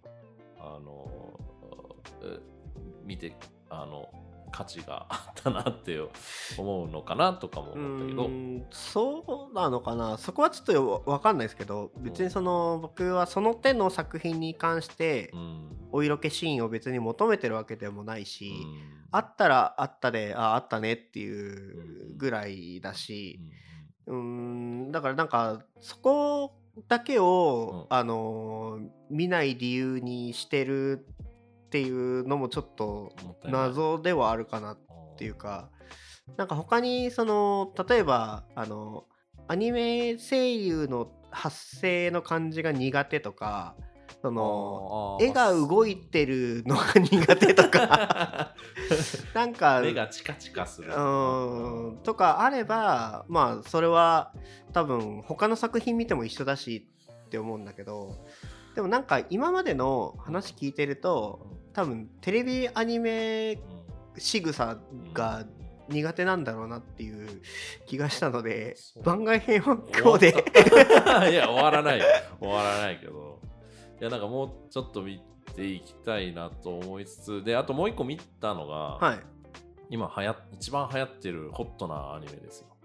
見て価値があったなって思うのかなとかも思ったけど、 そうなのかな、そこはちょっと分かんないですけど、別に僕はその手の作品に関してお色気シーンを別に求めてるわけでもないし、あったらあったであったねっていうぐらいだし、だからなんかそこだけを、見ない理由にしてるっていうのもちょっと謎ではあるかなっていうか、なんか他に例えばアニメ声優の発声の感じが苦手とか、絵が動いてるのが苦手とかなんか目がチカチカするとかあれば、まあそれは多分他の作品見ても一緒だしって思うんだけど、でもなんか今までの話聞いてると多分テレビアニメ仕草が苦手なんだろうなっていう気がしたので、番外編は今日でいや終わらないけど、いやなんかもうちょっと見ていきたいなと思いつつで、あともう一個見たのが、今一番流行ってるホットなアニメですよ。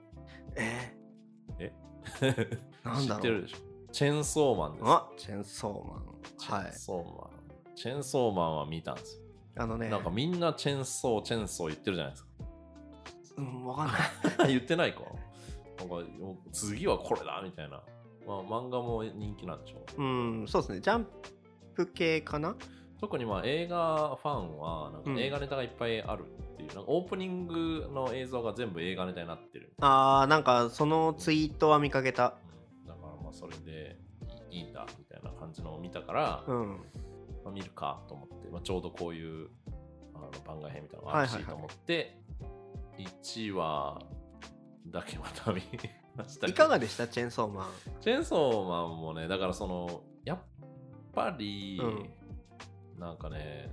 なんだろう、 知ってるでしょ。チェンソーマンです。 チェンソーマン。 チェンソーマンは見たんですよ。なんかみんなチェンソー言ってるじゃないですか。 わかんない言ってないか。なんか次はこれだみたいな。まあ漫画も人気なんでしょう。そうですね。ジャンプ系かな。 特にまあ映画ファンはなんか映画ネタがいっぱいあるっていう、なんかオープニングの映像が全部映画ネタになってる。 なんかそのツイートは見かけた。 だからまあそれでいいんだみたいな感じのを見たから、まあ、見るかと思って、まあ、ちょうどこういう番外編みたいなのがあるしと思って、1話だけまた見ましたけど。 いかがでしたチェンソーマン。 チェンソーマンもね、だからやっぱり、なんかね、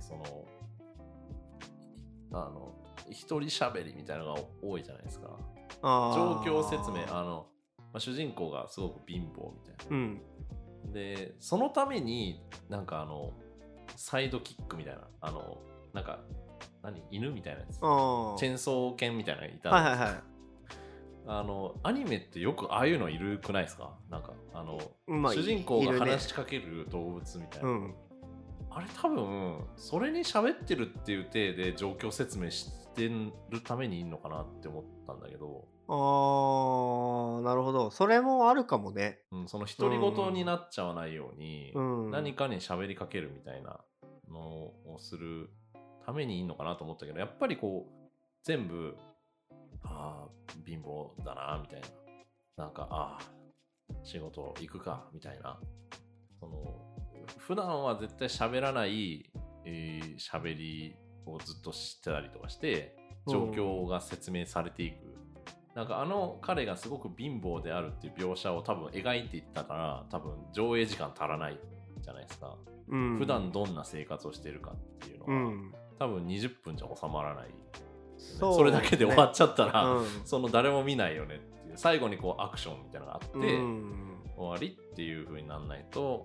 一人喋りみたいなのが多いじゃないですか。状況説明、まあ、主人公がすごく貧乏みたいな。で、そのためになんかサイドキックみたいな、なんか犬みたいなやつ、チェンソー犬みたいなのいたんですよ。アニメってよくああいうのいるくないですか。なんか主人公が話しかける動物みたいな、あれ多分それに喋ってるっていう体で状況説明してるためにいいのかなって思ったんだけど。 なるほど、それもあるかもね。 その独り言になっちゃわないように、何かに喋りかけるみたいなのをするためにいいのかなと思ったけど、やっぱりこう全部貧乏だなみたいな、なんか仕事行くかみたいな、普段は絶対喋らない喋りをずっとしてたりとかして状況が説明されていく。なんか彼がすごく貧乏であるっていう描写を多分描いていったから、多分上映時間足らないじゃないですか。普段どんな生活をしているかっていうのは、多分20分じゃ収まらない、それだけで終わっちゃったら、誰も見ないよねっていう、最後にこうアクションみたいなのがあって、終わりっていう風にならないと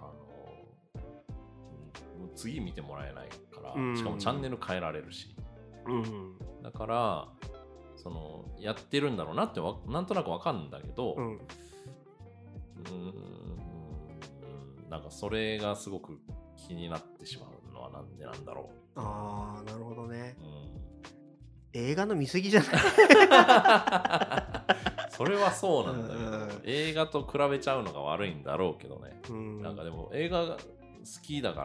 次見てもらえないから、しかもチャンネル変えられるし、だからやってるんだろうなってなんとなくわかるんだけど、なんかそれがすごく気になってしまうのはなんでなんだろう。 なるほどね。映画の見過ぎじゃないそれはそうなんだけど、映画と比べちゃうのが悪いんだろうけどね。なんかでも映画が好きだから、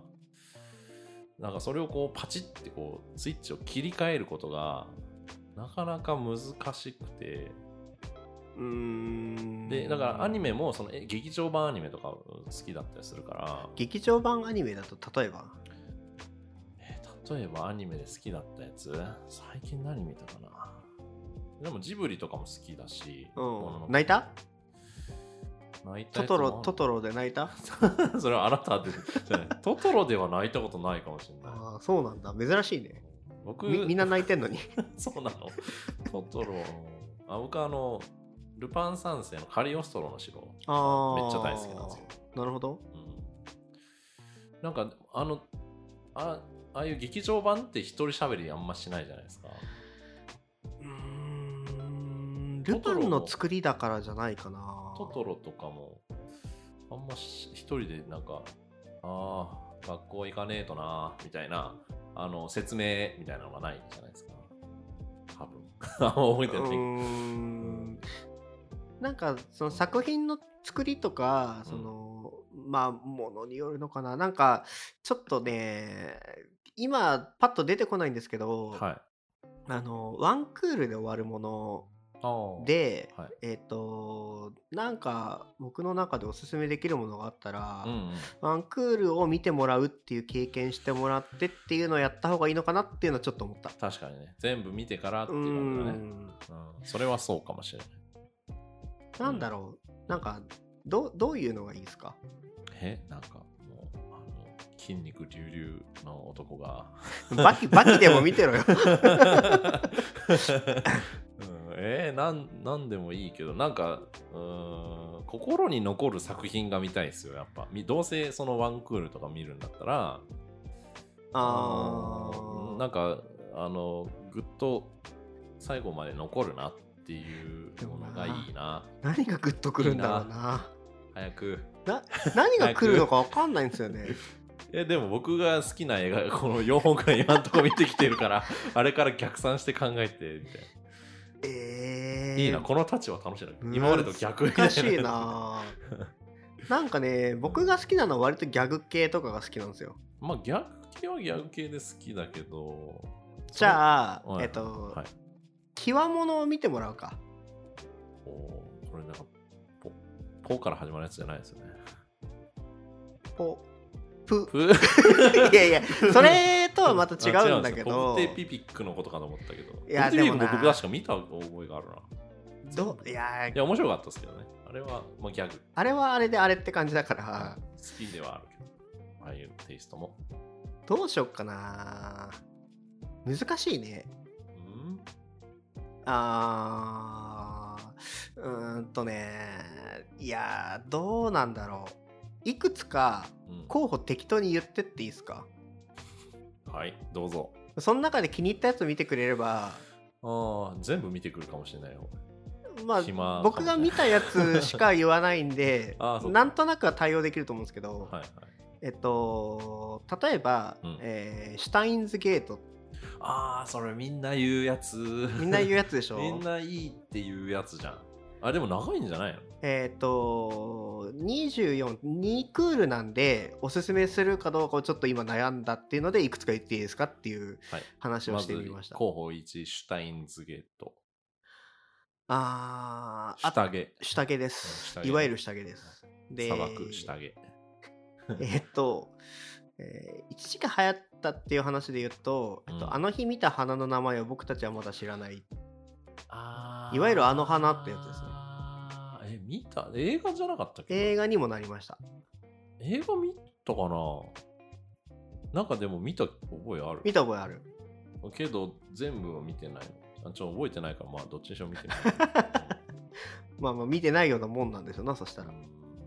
なんかそれをこうパチってこうスイッチを切り替えることがなかなか難しくて、 でだからアニメもその劇場版アニメとか好きだったりするから。 劇場版アニメだと例えばアニメで好きだったやつ最近何見たかな。でもジブリとかも好きだし、 泣いたトトロで泣いたそれはあなたでトトロでは泣いたことないかもしれない。 ああ、そうなんだ。珍しいね。みんな泣いてんのにそうなの。トトロ僕ルパン三世のカリオストロの城めっちゃ大好きなんですよ。 なるほど、 なんかああいう劇場版って一人喋りあんましないじゃないですか。 ルパンの作りだからじゃないかな。 トトロとかもあんま一人でなんか学校行かねえとなみたいな説明みたいなのがないじゃないですか。多分覚えてない。 なんかその作品の作りとかその、まあものによるのかな。なんかちょっとね今パッと出てこないんですけど、ワンクールで終わるもので、なんか僕の中でおすすめできるものがあったら、ワンクールを見てもらうっていう経験してもらってっていうのをやった方がいいのかなっていうのはちょっと思った。 確かにね、全部見てからっていうのがね、それはそうかもしれない。 なんだろう、なんかどういうのがいいですか？ なんかもう筋肉隆々の男がバキでも見てろよなんでもいいけど、なんか心に残る作品が見たいですよ。やっぱどうせそのワンクールとか見るんだったらなんかぐっと最後まで残るなっていうものがいいな。 何がグッとくるんだろうな。 早く何が来るのか分かんないんですよねでも僕が好きな映画この4本くらい今のところ見てきてるからあれから逆算して考えてみたいな。いいな、この立場楽しいな。今までと逆に難しいななんかね、僕が好きなのは割とギャグ系とかが好きなんですよ。 まあギャグ系はギャグ系で好きだけど、 じゃあキワモノを見てもらうか。 これなんかポから始まるやつじゃないですよね。 プいやいや、それとはまた違うんだけど。 ポテピピックのことかと思ったけど。 いやでも僕確か見た覚えがあるな。 いや面白かったですけどね。あれはもうギャグ。 あれはあれであれって感じだから好きではあるけど、ああいうテイストも。 どうしよっかな。難しいね。いやどうなんだろう。いくつか候補適当に言ってっていいですか？ はい、どうぞ。 その中で気に入ったやつ見てくれれば。 全部見てくるかもしれないよ。 まあ僕が見たやつしか言わないんでなんとなくは対応できると思うんですけど、例えば、シュタインズゲート。 それみんな言うやつ。 みんな言うやつでしょ。 みんないいっていうやつじゃん。でも長いんじゃないの ？24、2クールなんでおすすめするかどうかをちょっと今悩んだっていうのでいくつか言っていいですかっていう話をしてみました。 候補1、シュタインズゲート。 下着です。いわゆる下着です。 砂漠下着。 一時期流行ったっていう話で言うと、あの日見た花の名前を僕たちはまだ知らない。いわゆるあの花ってやつですね。 見た？映画じゃなかったっけ？ 映画にもなりました。 映画見たかな？なんかでも見た覚えある。 見た覚えある。 けど全部は見てない。覚えてないからどっちにしろ見てない。 まあ見てないようなもんなんですよな、そしたら。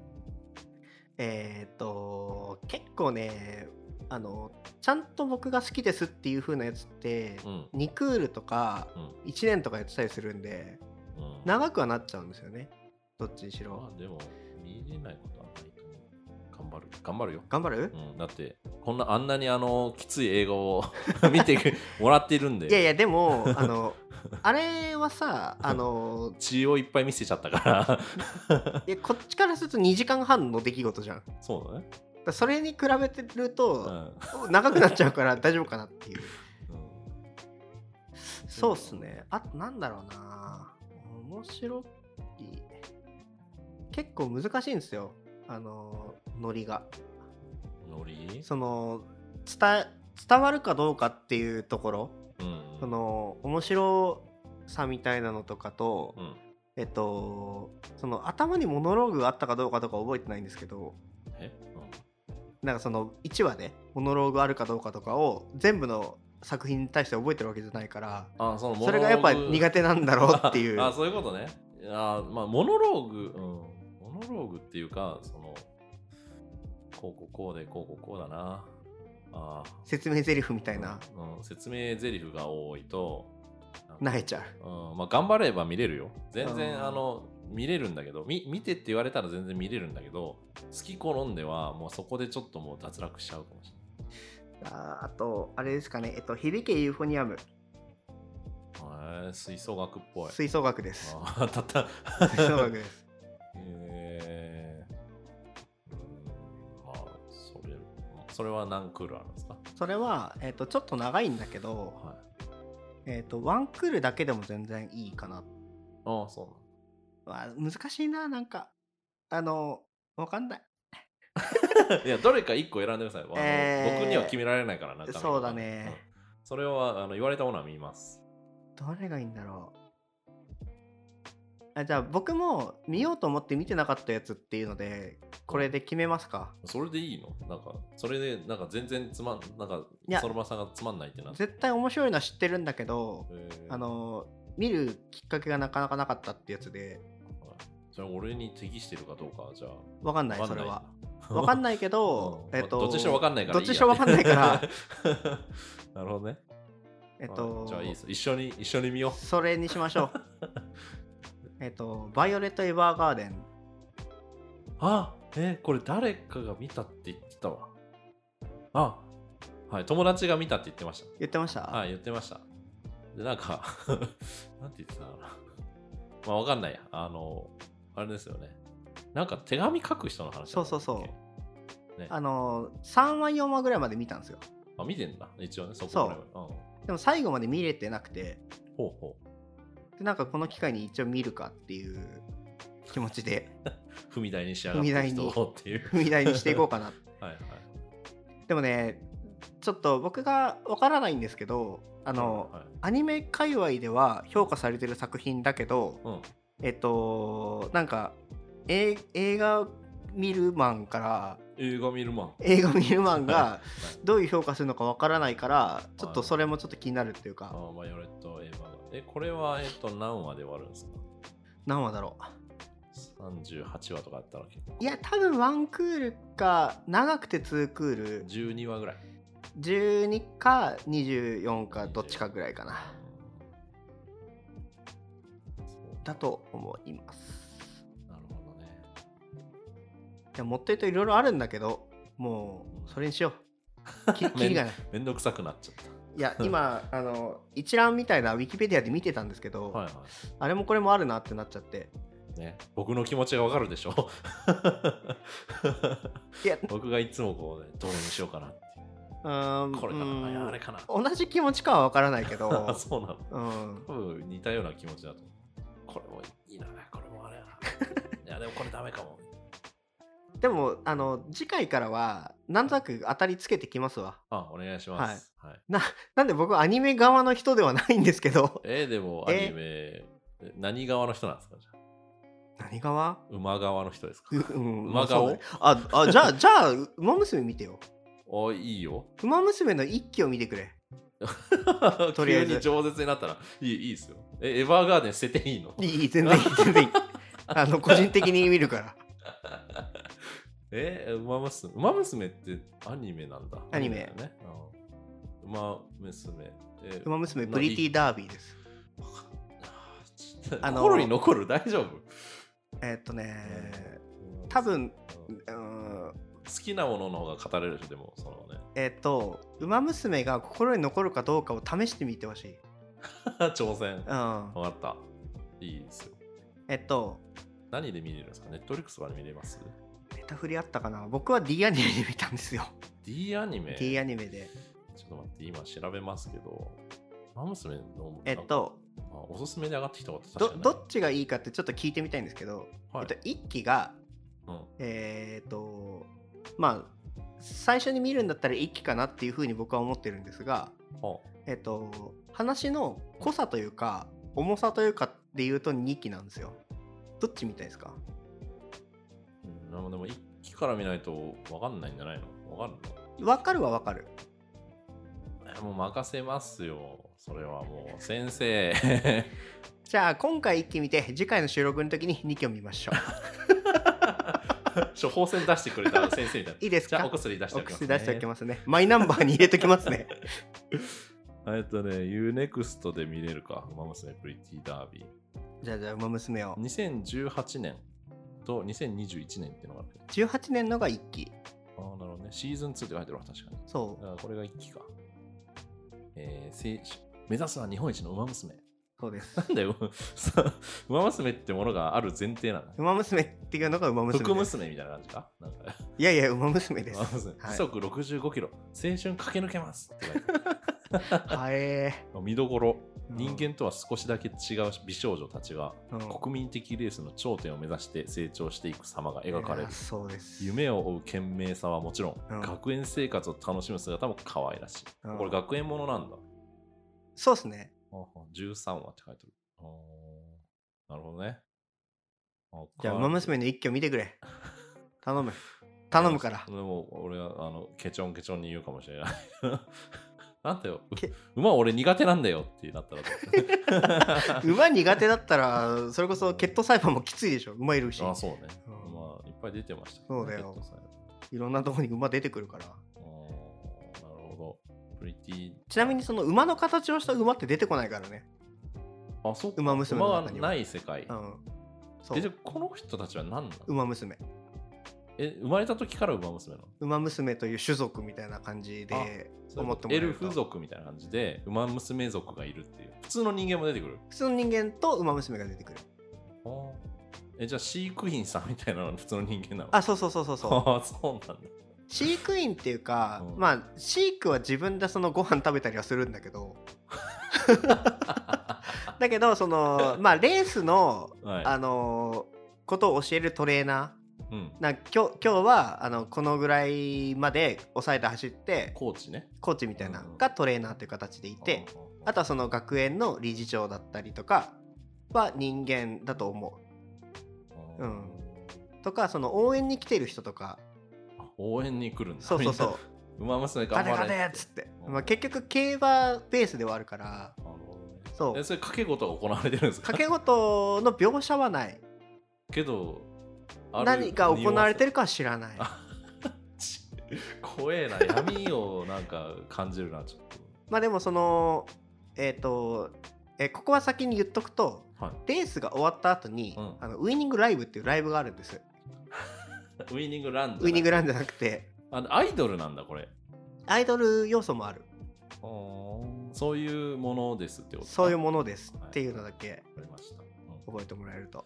結構ねちゃんと僕が好きですっていう風なやつって、2クールとか1年とかやってたりするんで、長くはなっちゃうんですよね。どっちにしろ。 でも見れないことはないと思う。頑張るよ。 頑張る？ だってあんなにきつい映画を見てもらっているんで。 いやでもあれはさ血をいっぱい見せちゃったからこっちからすると2時間半の出来事じゃん。 そうだね。 それに比べてると、長くなっちゃうから大丈夫かなっていう、そうっすね。なんだろうな、面白い結構難しいんですよ、ノリが。 ノリその伝わるかどうかっていうところ、その面白さみたいなのとかと、その頭にモノローグがあったかどうかとか覚えてないんですけど、なんかその1話でモノローグあるかどうかとかを全部の作品に対して覚えてるわけじゃないから、それがやっぱ苦手なんだろうっていう。 そういうことね。まあモノローグ、モノローグっていうか、そのこうこうでこうだな。 説明台詞みたいな、 説明台詞が多いと泣いちゃう。まあ頑張れば見れるよ。全然見れるんだけど、見てって言われたら全然見れるんだけど、好き好んではもうそこでちょっともう脱落しちゃうかもしれない。 あとあれですかね、響けユーフォニアム。 吹奏楽っぽい。 吹奏楽です。 たった吹奏楽です。 まあそれは何クールあるんですか？ それはちょっと長いんだけど、ワンクールだけでも全然いいかな。 そうなの。難しいな、なんかわかんない。 いや、どれか1個選んでください。僕には決められないからな。 そうだね。 それは言われたものは見ます。 どれがいいんだろう。じゃあ僕も見ようと思って見てなかったやつっていうので、これで決めますか？ それでいいの？なんかそれでなんか全然なんかその場さんがつまんないってな。 絶対面白いのは知ってるんだけど、見るきっかけがなかなかなかったってやつで。 それ俺に適してるかどうかじゃあ分かんない。それは分かんないけど、 どっちにしろ分かんないからどっちにしろ分かんないからなるほどね。じゃあいいです。一緒に見よう。 それにしましょう。バイオレット・エヴァーガーデン。 これ誰かが見たって言ってたわ。はい、友達が見たって言ってました。 言ってました？ はい、言ってました。で、なんかなんて言ってたかな。まあわかんないや。あれですよね。なんか手紙書く人の話。 そう。ね、3話4話ぐらいまで見たんですよ。 見てんだ。一応ね、そこぐらいは。 でも最後まで見れてなくて。で、なんかこの機会に一応見るかっていう気持ちで踏み台にしやがった人っていう踏み台にしていこうかな。 はい。 でもね、ちょっと僕がわからないんですけど、アニメ界隈では評価されてる作品だけど、なんか映画見るマンから映画見るマンがどういう評価するのかわからないから、ちょっとそれもちょっと気になるっていうか。 バイオレット・エヴァ。これは何話で終わるんですか？ 何話だろう。 38話とかあったら結構。 いや、多分1クールか、長くて2クール。 12話ぐらい。 12か24かどっちかぐらいかな。だと思います。 なるほどね。 いや、持ってるといろいろあるんだけど、もうそれにしよう。キリがない。 めんどくさくなっちゃった。 いや、今一覧みたいなウィキペディアで見てたんですけど、あれもこれもあるなってなっちゃって。 ね、僕の気持ちがわかるでしょ。いや、僕がいつもこうね、どれにしようかなって。これかな、あれかな。 同じ気持ちかはわからないけど。 そうなの。多分似たような気持ちだと。これもいいな、これもあれやな。いや、でもこれダメかも。 でも次回からはなんとなく当たりつけてきますわ。 お願いします。はい。 なんで僕はアニメ側の人ではないんですけど。 でもアニメ何側の人なんですか？じゃあ。 何側？ 馬側の人ですか？ 馬顔？じゃあ馬娘見てよ。 いいよ。 馬娘の一期を見てくれ。 とりあえず急に饒舌になったらいいですよ。エヴァーガーデン捨てていいの？ いい、全然いい。個人的に見るから。 馬娘ってアニメなんだ。 アニメね。馬娘。 馬娘プリティダービーです。 心に残る？大丈夫？ 多分好きなものの方が語れるでしょ。でもそのね、馬娘が心に残るかどうかを試してみてほしい。 挑戦。分かった。いいですよ。何で見れるんですか？ネットフリックスとかで見れます？ ネタフリあったかな。僕は D アニメで見たんですよ。 D アニメ？ D アニメで。 ちょっと待って、今調べますけど、馬娘のおすすめで上がってきたこと確かにどっちがいいかってちょっと聞いてみたいんですけど、 はい 1期が、まあ最初に見るんだったら1期かなっていうふうに僕は思ってるんですが、話の濃さというか重さというかで言うと2期なんですよ。どっちみたいですか？ でも1期から見ないと分かんないんじゃないの？分かるの？ 分かるは分かる。 もう任せますよ。それはもう先生じゃあ今回1期見て次回の収録の時に2期を見ましょう処方箋出してくれた先生みたいな。 いいですか？ じゃあお薬出しておきますね。 お薬出しておきますね。マイナンバーに入れときますね UNEXT で見れるか。ウマ娘プリティダービー。 じゃあウマ娘を 2018年と2021年っていうのがあるけど、 18年のが1期。 なるほどね。シーズン2って書いてるわ、確かに。 そう。 だからこれが1期か。目指すは日本一のウマ娘。 そうです。 なんだよ、ウマ娘ってものがある前提なの。 ウマ娘っていうのがウマ娘。 福娘みたいな感じかなんかいやいや、ウマ娘です。 時速65キロ、青春駆け抜けますって書いてある。 見どころ、人間とは少しだけ違う美少女たちが国民的レースの頂点を目指して成長していく様が描かれる。 そうです。 夢を追う懸命さはもちろん、学園生活を楽しむ姿も可愛らしい。これ学園ものなんだ。 そうですね。 13話って書いてる。なるほどね。 じゃあ、ウマ娘の一挙見てくれ。頼む。頼むから。 でも、俺はケチョンケチョンに言うかもしれない。なんだよ。馬俺苦手なんだよってなったら。 馬苦手だったら、それこそ血統裁判もきついでしょ。馬いるし。 あ、そうね。馬いっぱい出てました。 そうだよ。いろんなとこに馬出てくるから。 なるほど。 ちなみにその馬の形をした馬って出てこないからね。 あ、そう。 馬娘の中には。馬がない世界。 そう。 じゃこの人たちは何なの？ 馬娘。 生まれた時から馬娘なの？ 馬娘という種族みたいな感じで思ってもらえると。 エルフ族みたいな感じで馬娘族がいるっていう。普通の人間も出てくる？ 普通の人間と馬娘が出てくる。 じゃあ飼育員さんみたいなのは普通の人間なの？ あ、そう。そうなんだ。 飼育員っていうか、まあ飼育は自分でそのご飯食べたりはするんだけどだけどそのまあレースの、はい、ことを教えるトレーナー、今日はこのぐらいまで抑えて走ってコーチね、 コーチみたいながトレーナーという形でいて、あとはその学園の理事長だったりとかは人間だと思う、とかその応援に来てる人とか、 応援に来るんだ。 そう馬娘頑張れガテガテっつって、まあ、結局競馬ベースではあるから。 それ掛け事が行われてるんですか？ 掛け事の描写はないけど何が行われてるかは知らない怖えな、闇をなんか感じるなちょっと。 まあでもそのここは先に言っとくと、レースが終わった後に、ウイニングライブっていうライブがあるんですウイニングランウイニングランじゃなくてアイドルなんだ。これアイドル要素もある。 そういうものですってこと？ そういうものですっていうのだけ覚えてもらえると。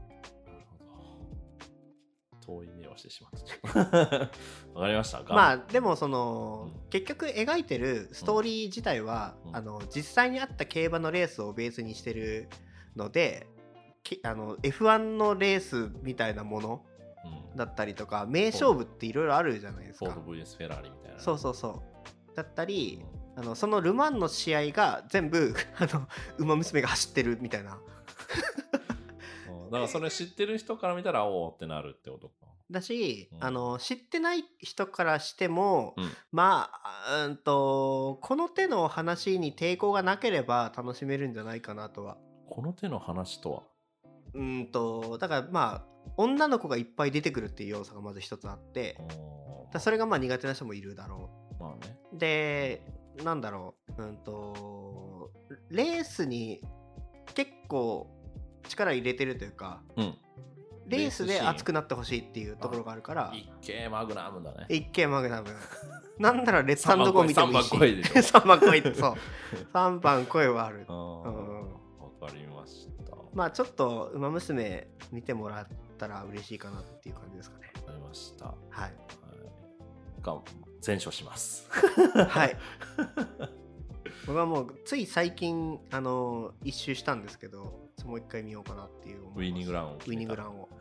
遠い目をしてしまったわかりました。 まあでもその、結局描いてるストーリー自体は、実際にあった競馬のレースをベースにしてるので、F1 のレースみたいなものだったりとか、名勝負っていろいろあるじゃないですか。 フォード VS フェラーリみたいな。 そうだったり、そのルマンの試合が全部馬娘が走ってるみたいなだからそれ知ってる人から見たらおーってなるってことか。 だし、知ってない人からしても、まあこの手の話に抵抗がなければ楽しめるんじゃないかなとは。 この手の話とはだからまあ女の子がいっぱい出てくるっていう要素がまず一つあって、それがまあ苦手な人もいるだろう。 まあね、 でなんだろう、レースに結構力入れてるというか、レースで熱くなってほしいっていうところがあるから。 一景マグナムだね。 一景マグナムなんならレッツ&ゴー見てもいいし。 3番声でしょ。 3番声ってそう3番声はある。 わかりました。 まあちょっと馬娘見てもらったら嬉しいかなっていう感じですかね。 わかりました。 はい。 全勝します。 はい。 僕はもうつい最近一周したんですけど、もう一回見ようかなっていう思います。 ウイニングランを。 ウイニングランを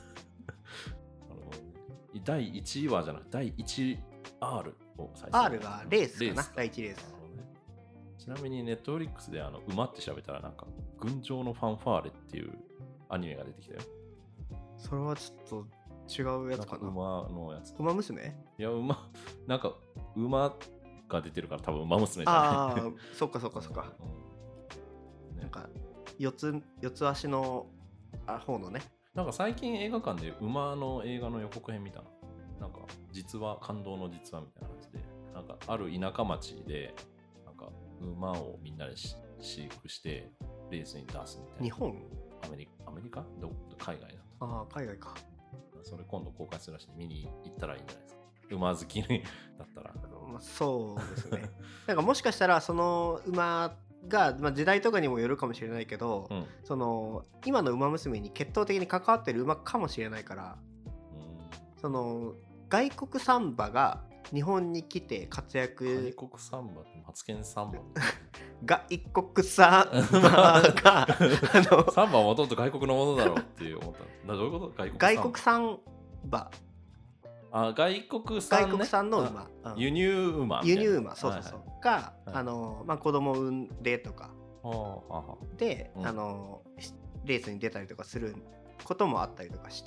第1話じゃなくて第 1R を最初 R がレースかな、第1レース。 ちなみにネットフリックスで馬って調べたらなんか群青のファンファーレっていうアニメが出てきたよ。 それはちょっと違うやつかな。 馬のやつ。 馬娘？ いや、なんか馬が出てるから多分馬娘じゃない。 ああ、そっかそっかそっか。なんか四つ足の方のね。 なんか最近映画館で馬の映画の予告編見たの。なんか実話、感動の実話みたいな感じで、なんかある田舎町でなんか馬をみんなで飼育してレースに出すみたいな。 日本？ アメリカ？海外だと。 ああ、海外か。 それ今度公開するらしい。見に行ったらいいんじゃないですか。馬好きだったら。 そうですね。なんかもしかしたらその馬が、時代とかにもよるかもしれないけど、その今の馬娘に血統的に関わってる馬かもしれないから、その外国サンバが日本に来て活躍。 外国サンバってマツケンサンバ外国サンバがサンバはもともと外国のものだろうって思った。どういうこと？ 外国サンバ。 外国産の馬、 輸入馬、 そうそうそう、が子供を産んでとかで、レースに出たりとかすることもあったりとかして、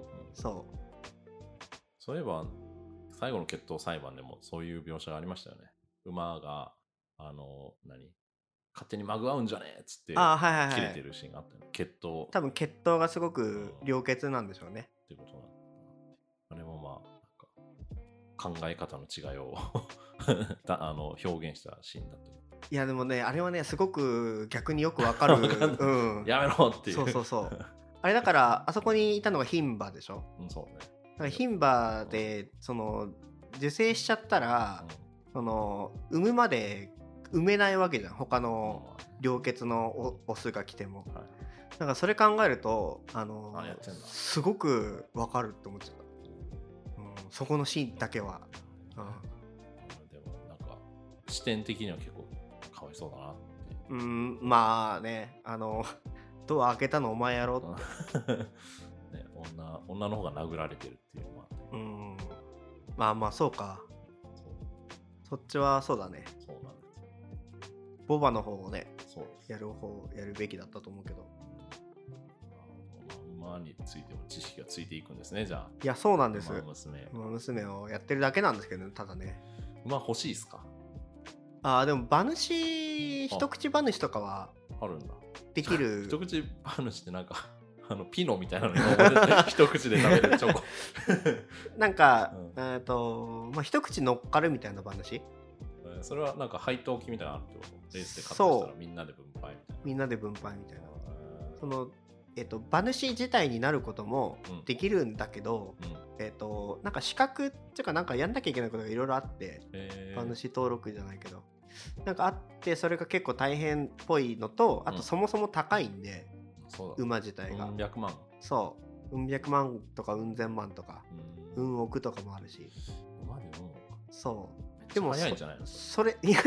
そういえば最後の決闘裁判でもそういう描写がありましたよね。馬が勝手にまぐわうんじゃねえっつって切れてるシーンがあったよね。血統、 多分血統がすごく良血なんでしょうね。 ってことなんだ。あれも考え方の違いを表現したシーンだった。 いやでもね、あれはねすごく逆によくわかる。 やめろっていう。 そうあれだからあそこにいたのが牝馬でしょ。 そうね。 だから牝馬でその受精しちゃったら、その産むまで産めないわけじゃん、他の良血のオスが来ても。なんかそれ考えるとすごくわかるって思っちゃった。そこのシーンだけは。 でもなんか視点的には結構かわいそうだなって。 まあね、ドア開けたのお前やろってね、女の方が殴られてるっていうのは。 まあそうか。そっちはそうだね。 そうなんです。 ボバの方をね、やるべきだったと思うけど。 馬についても知識がついていくんですね。じゃあ。 いや、そうなんです。 馬娘をやってるだけなんですけどね、ただね。 馬欲しいですか？ でも馬主、一口馬主とかはあるんだ。 できる。 一口馬主ってなんかピノみたいなのに一口で食べるチョコなんか、一口乗っかるみたいな馬主。 それはなんか配当金みたいなのあるってこと？レースで勝ったらみんなで分配みたいな。 みんなで分配みたいな。その馬主自体になることもできるんだけど、なんか資格っていうかなんかやんなきゃいけないことがいろいろあって、馬主登録じゃないけどなんかあって、それが結構大変っぽいのと、あとそもそも高いんで、馬自体が 100万、 そう100万とか千万とか億とかもあるし、 馬でもそうでも速いんじゃないの？ それいや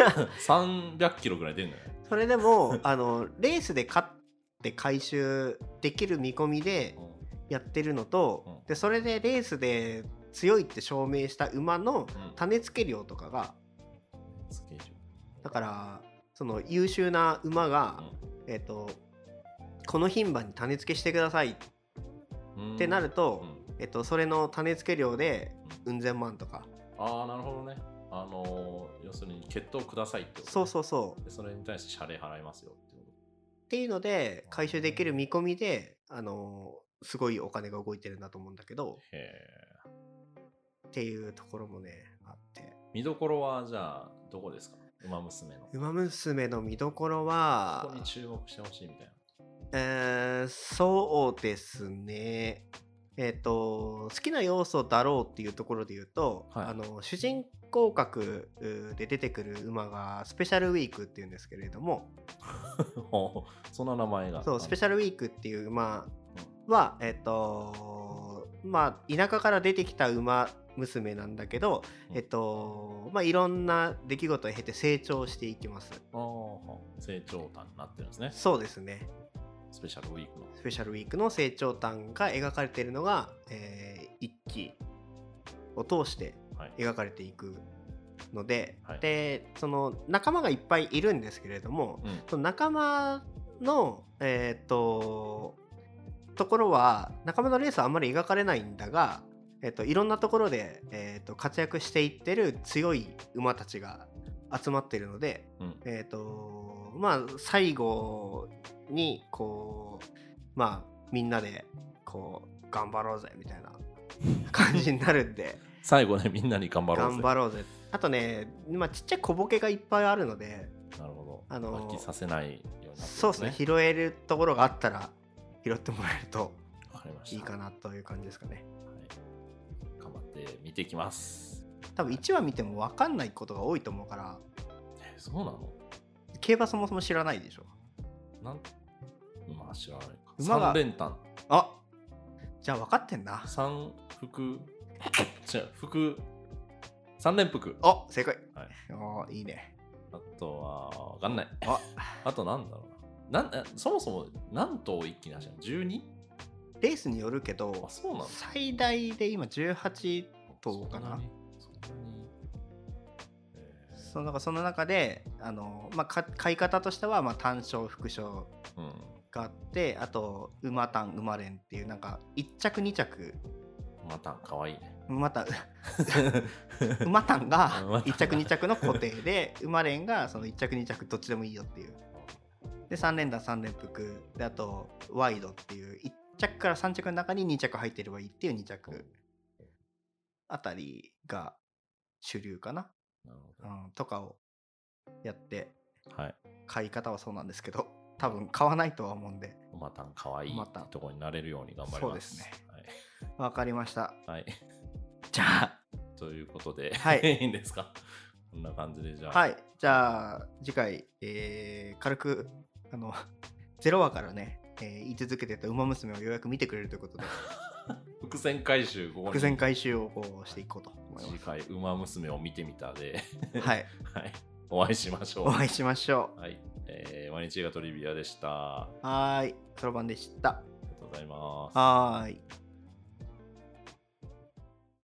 300キロぐらい出るんじゃない？ それでもレースで勝って回収できる見込みでやってるのと、でそれでレースで強いって証明した馬の種付け料とかが、だからその優秀な馬が、この牝馬に種付けしてくださいってなると、それの種付け料で千万とか。 なるほどね。要するに血統くださいってこと、 ね、そうでそれに対して謝礼払いますよっていうので回収できる見込みで、すごいお金が動いてるんだと思うんだけど、っていうところもねあって。 見どころはじゃあどこですか？馬娘の見どころはここに注目してほしいみたいな。そうですね。好きな要素だろうっていうところで言うと、主人公格で出てくる馬がスペシャルウィークっていうんですけれどもそんな名前が。 そう、スペシャルウィークっていう馬は、田舎から出てきた馬娘なんだけど、まあいろんな出来事を経て成長していきます。 成長譚になってるんですね。 そうですね。 スペシャルウィークの成長譚が描かれているのが、1期を通して描かれていくので、でその仲間がいっぱいいるんですけれども、その仲間のところは仲間のレースはあんまり描かれないんだが、いろんなところで、活躍していってる強い馬たちが集まっているので、まあ最後にこうまあみんなでこう頑張ろうぜみたいな感じになるんで最後ねみんなに頑張ろうぜ。 あとね、まあ、ちっちゃい小ボケがいっぱいあるので、 なるほど、飽きさせないようになってるんですね。 そうですね、拾えるところがあったら拾ってもらえるといいかなという感じですかね。 頑張って見ていきます。 多分1話見ても分かんないことが多いと思うから。 そうなの？ 競馬そもそも知らないでしょ。 馬知らないか。 馬が 3連単。 あ、じゃあ分かってんな。 3福3連服。 あ、正解。はい、いいね。 あとは分かんない。あとなんだろうな。そもそも何頭一気に走るの？ 12？ レースによるけど、 そうなの？ 最大で今18頭かな。その中でまあ、買い方としては、まあ、単勝副賞があって、あと馬単馬連っていうなんか1着2着馬単かわいいね。 馬単が1着2着の固定で馬連がその1着2着どっちでもいいよっていう。で3連単3連複で、あとワイドっていう1着から3着の中に2着入ってればいいっていう2着あたりが主流かな。とかをやって、買い方はそうなんですけど、多分買わないとは思うんで、 馬単かわいいってところになれるように頑張ります。 そうですね。わかりました。 じゃあということで、いいんですか？こんな感じでじゃあ。 じゃあ次回、軽く0話からね、言い続けてた馬娘をようやく見てくれるということで伏線回収をこうしていこうと思います。 次回馬娘を見てみたでお会いしましょう。 毎日がトリビアでした。 そろばんでした。 ありがとうございます。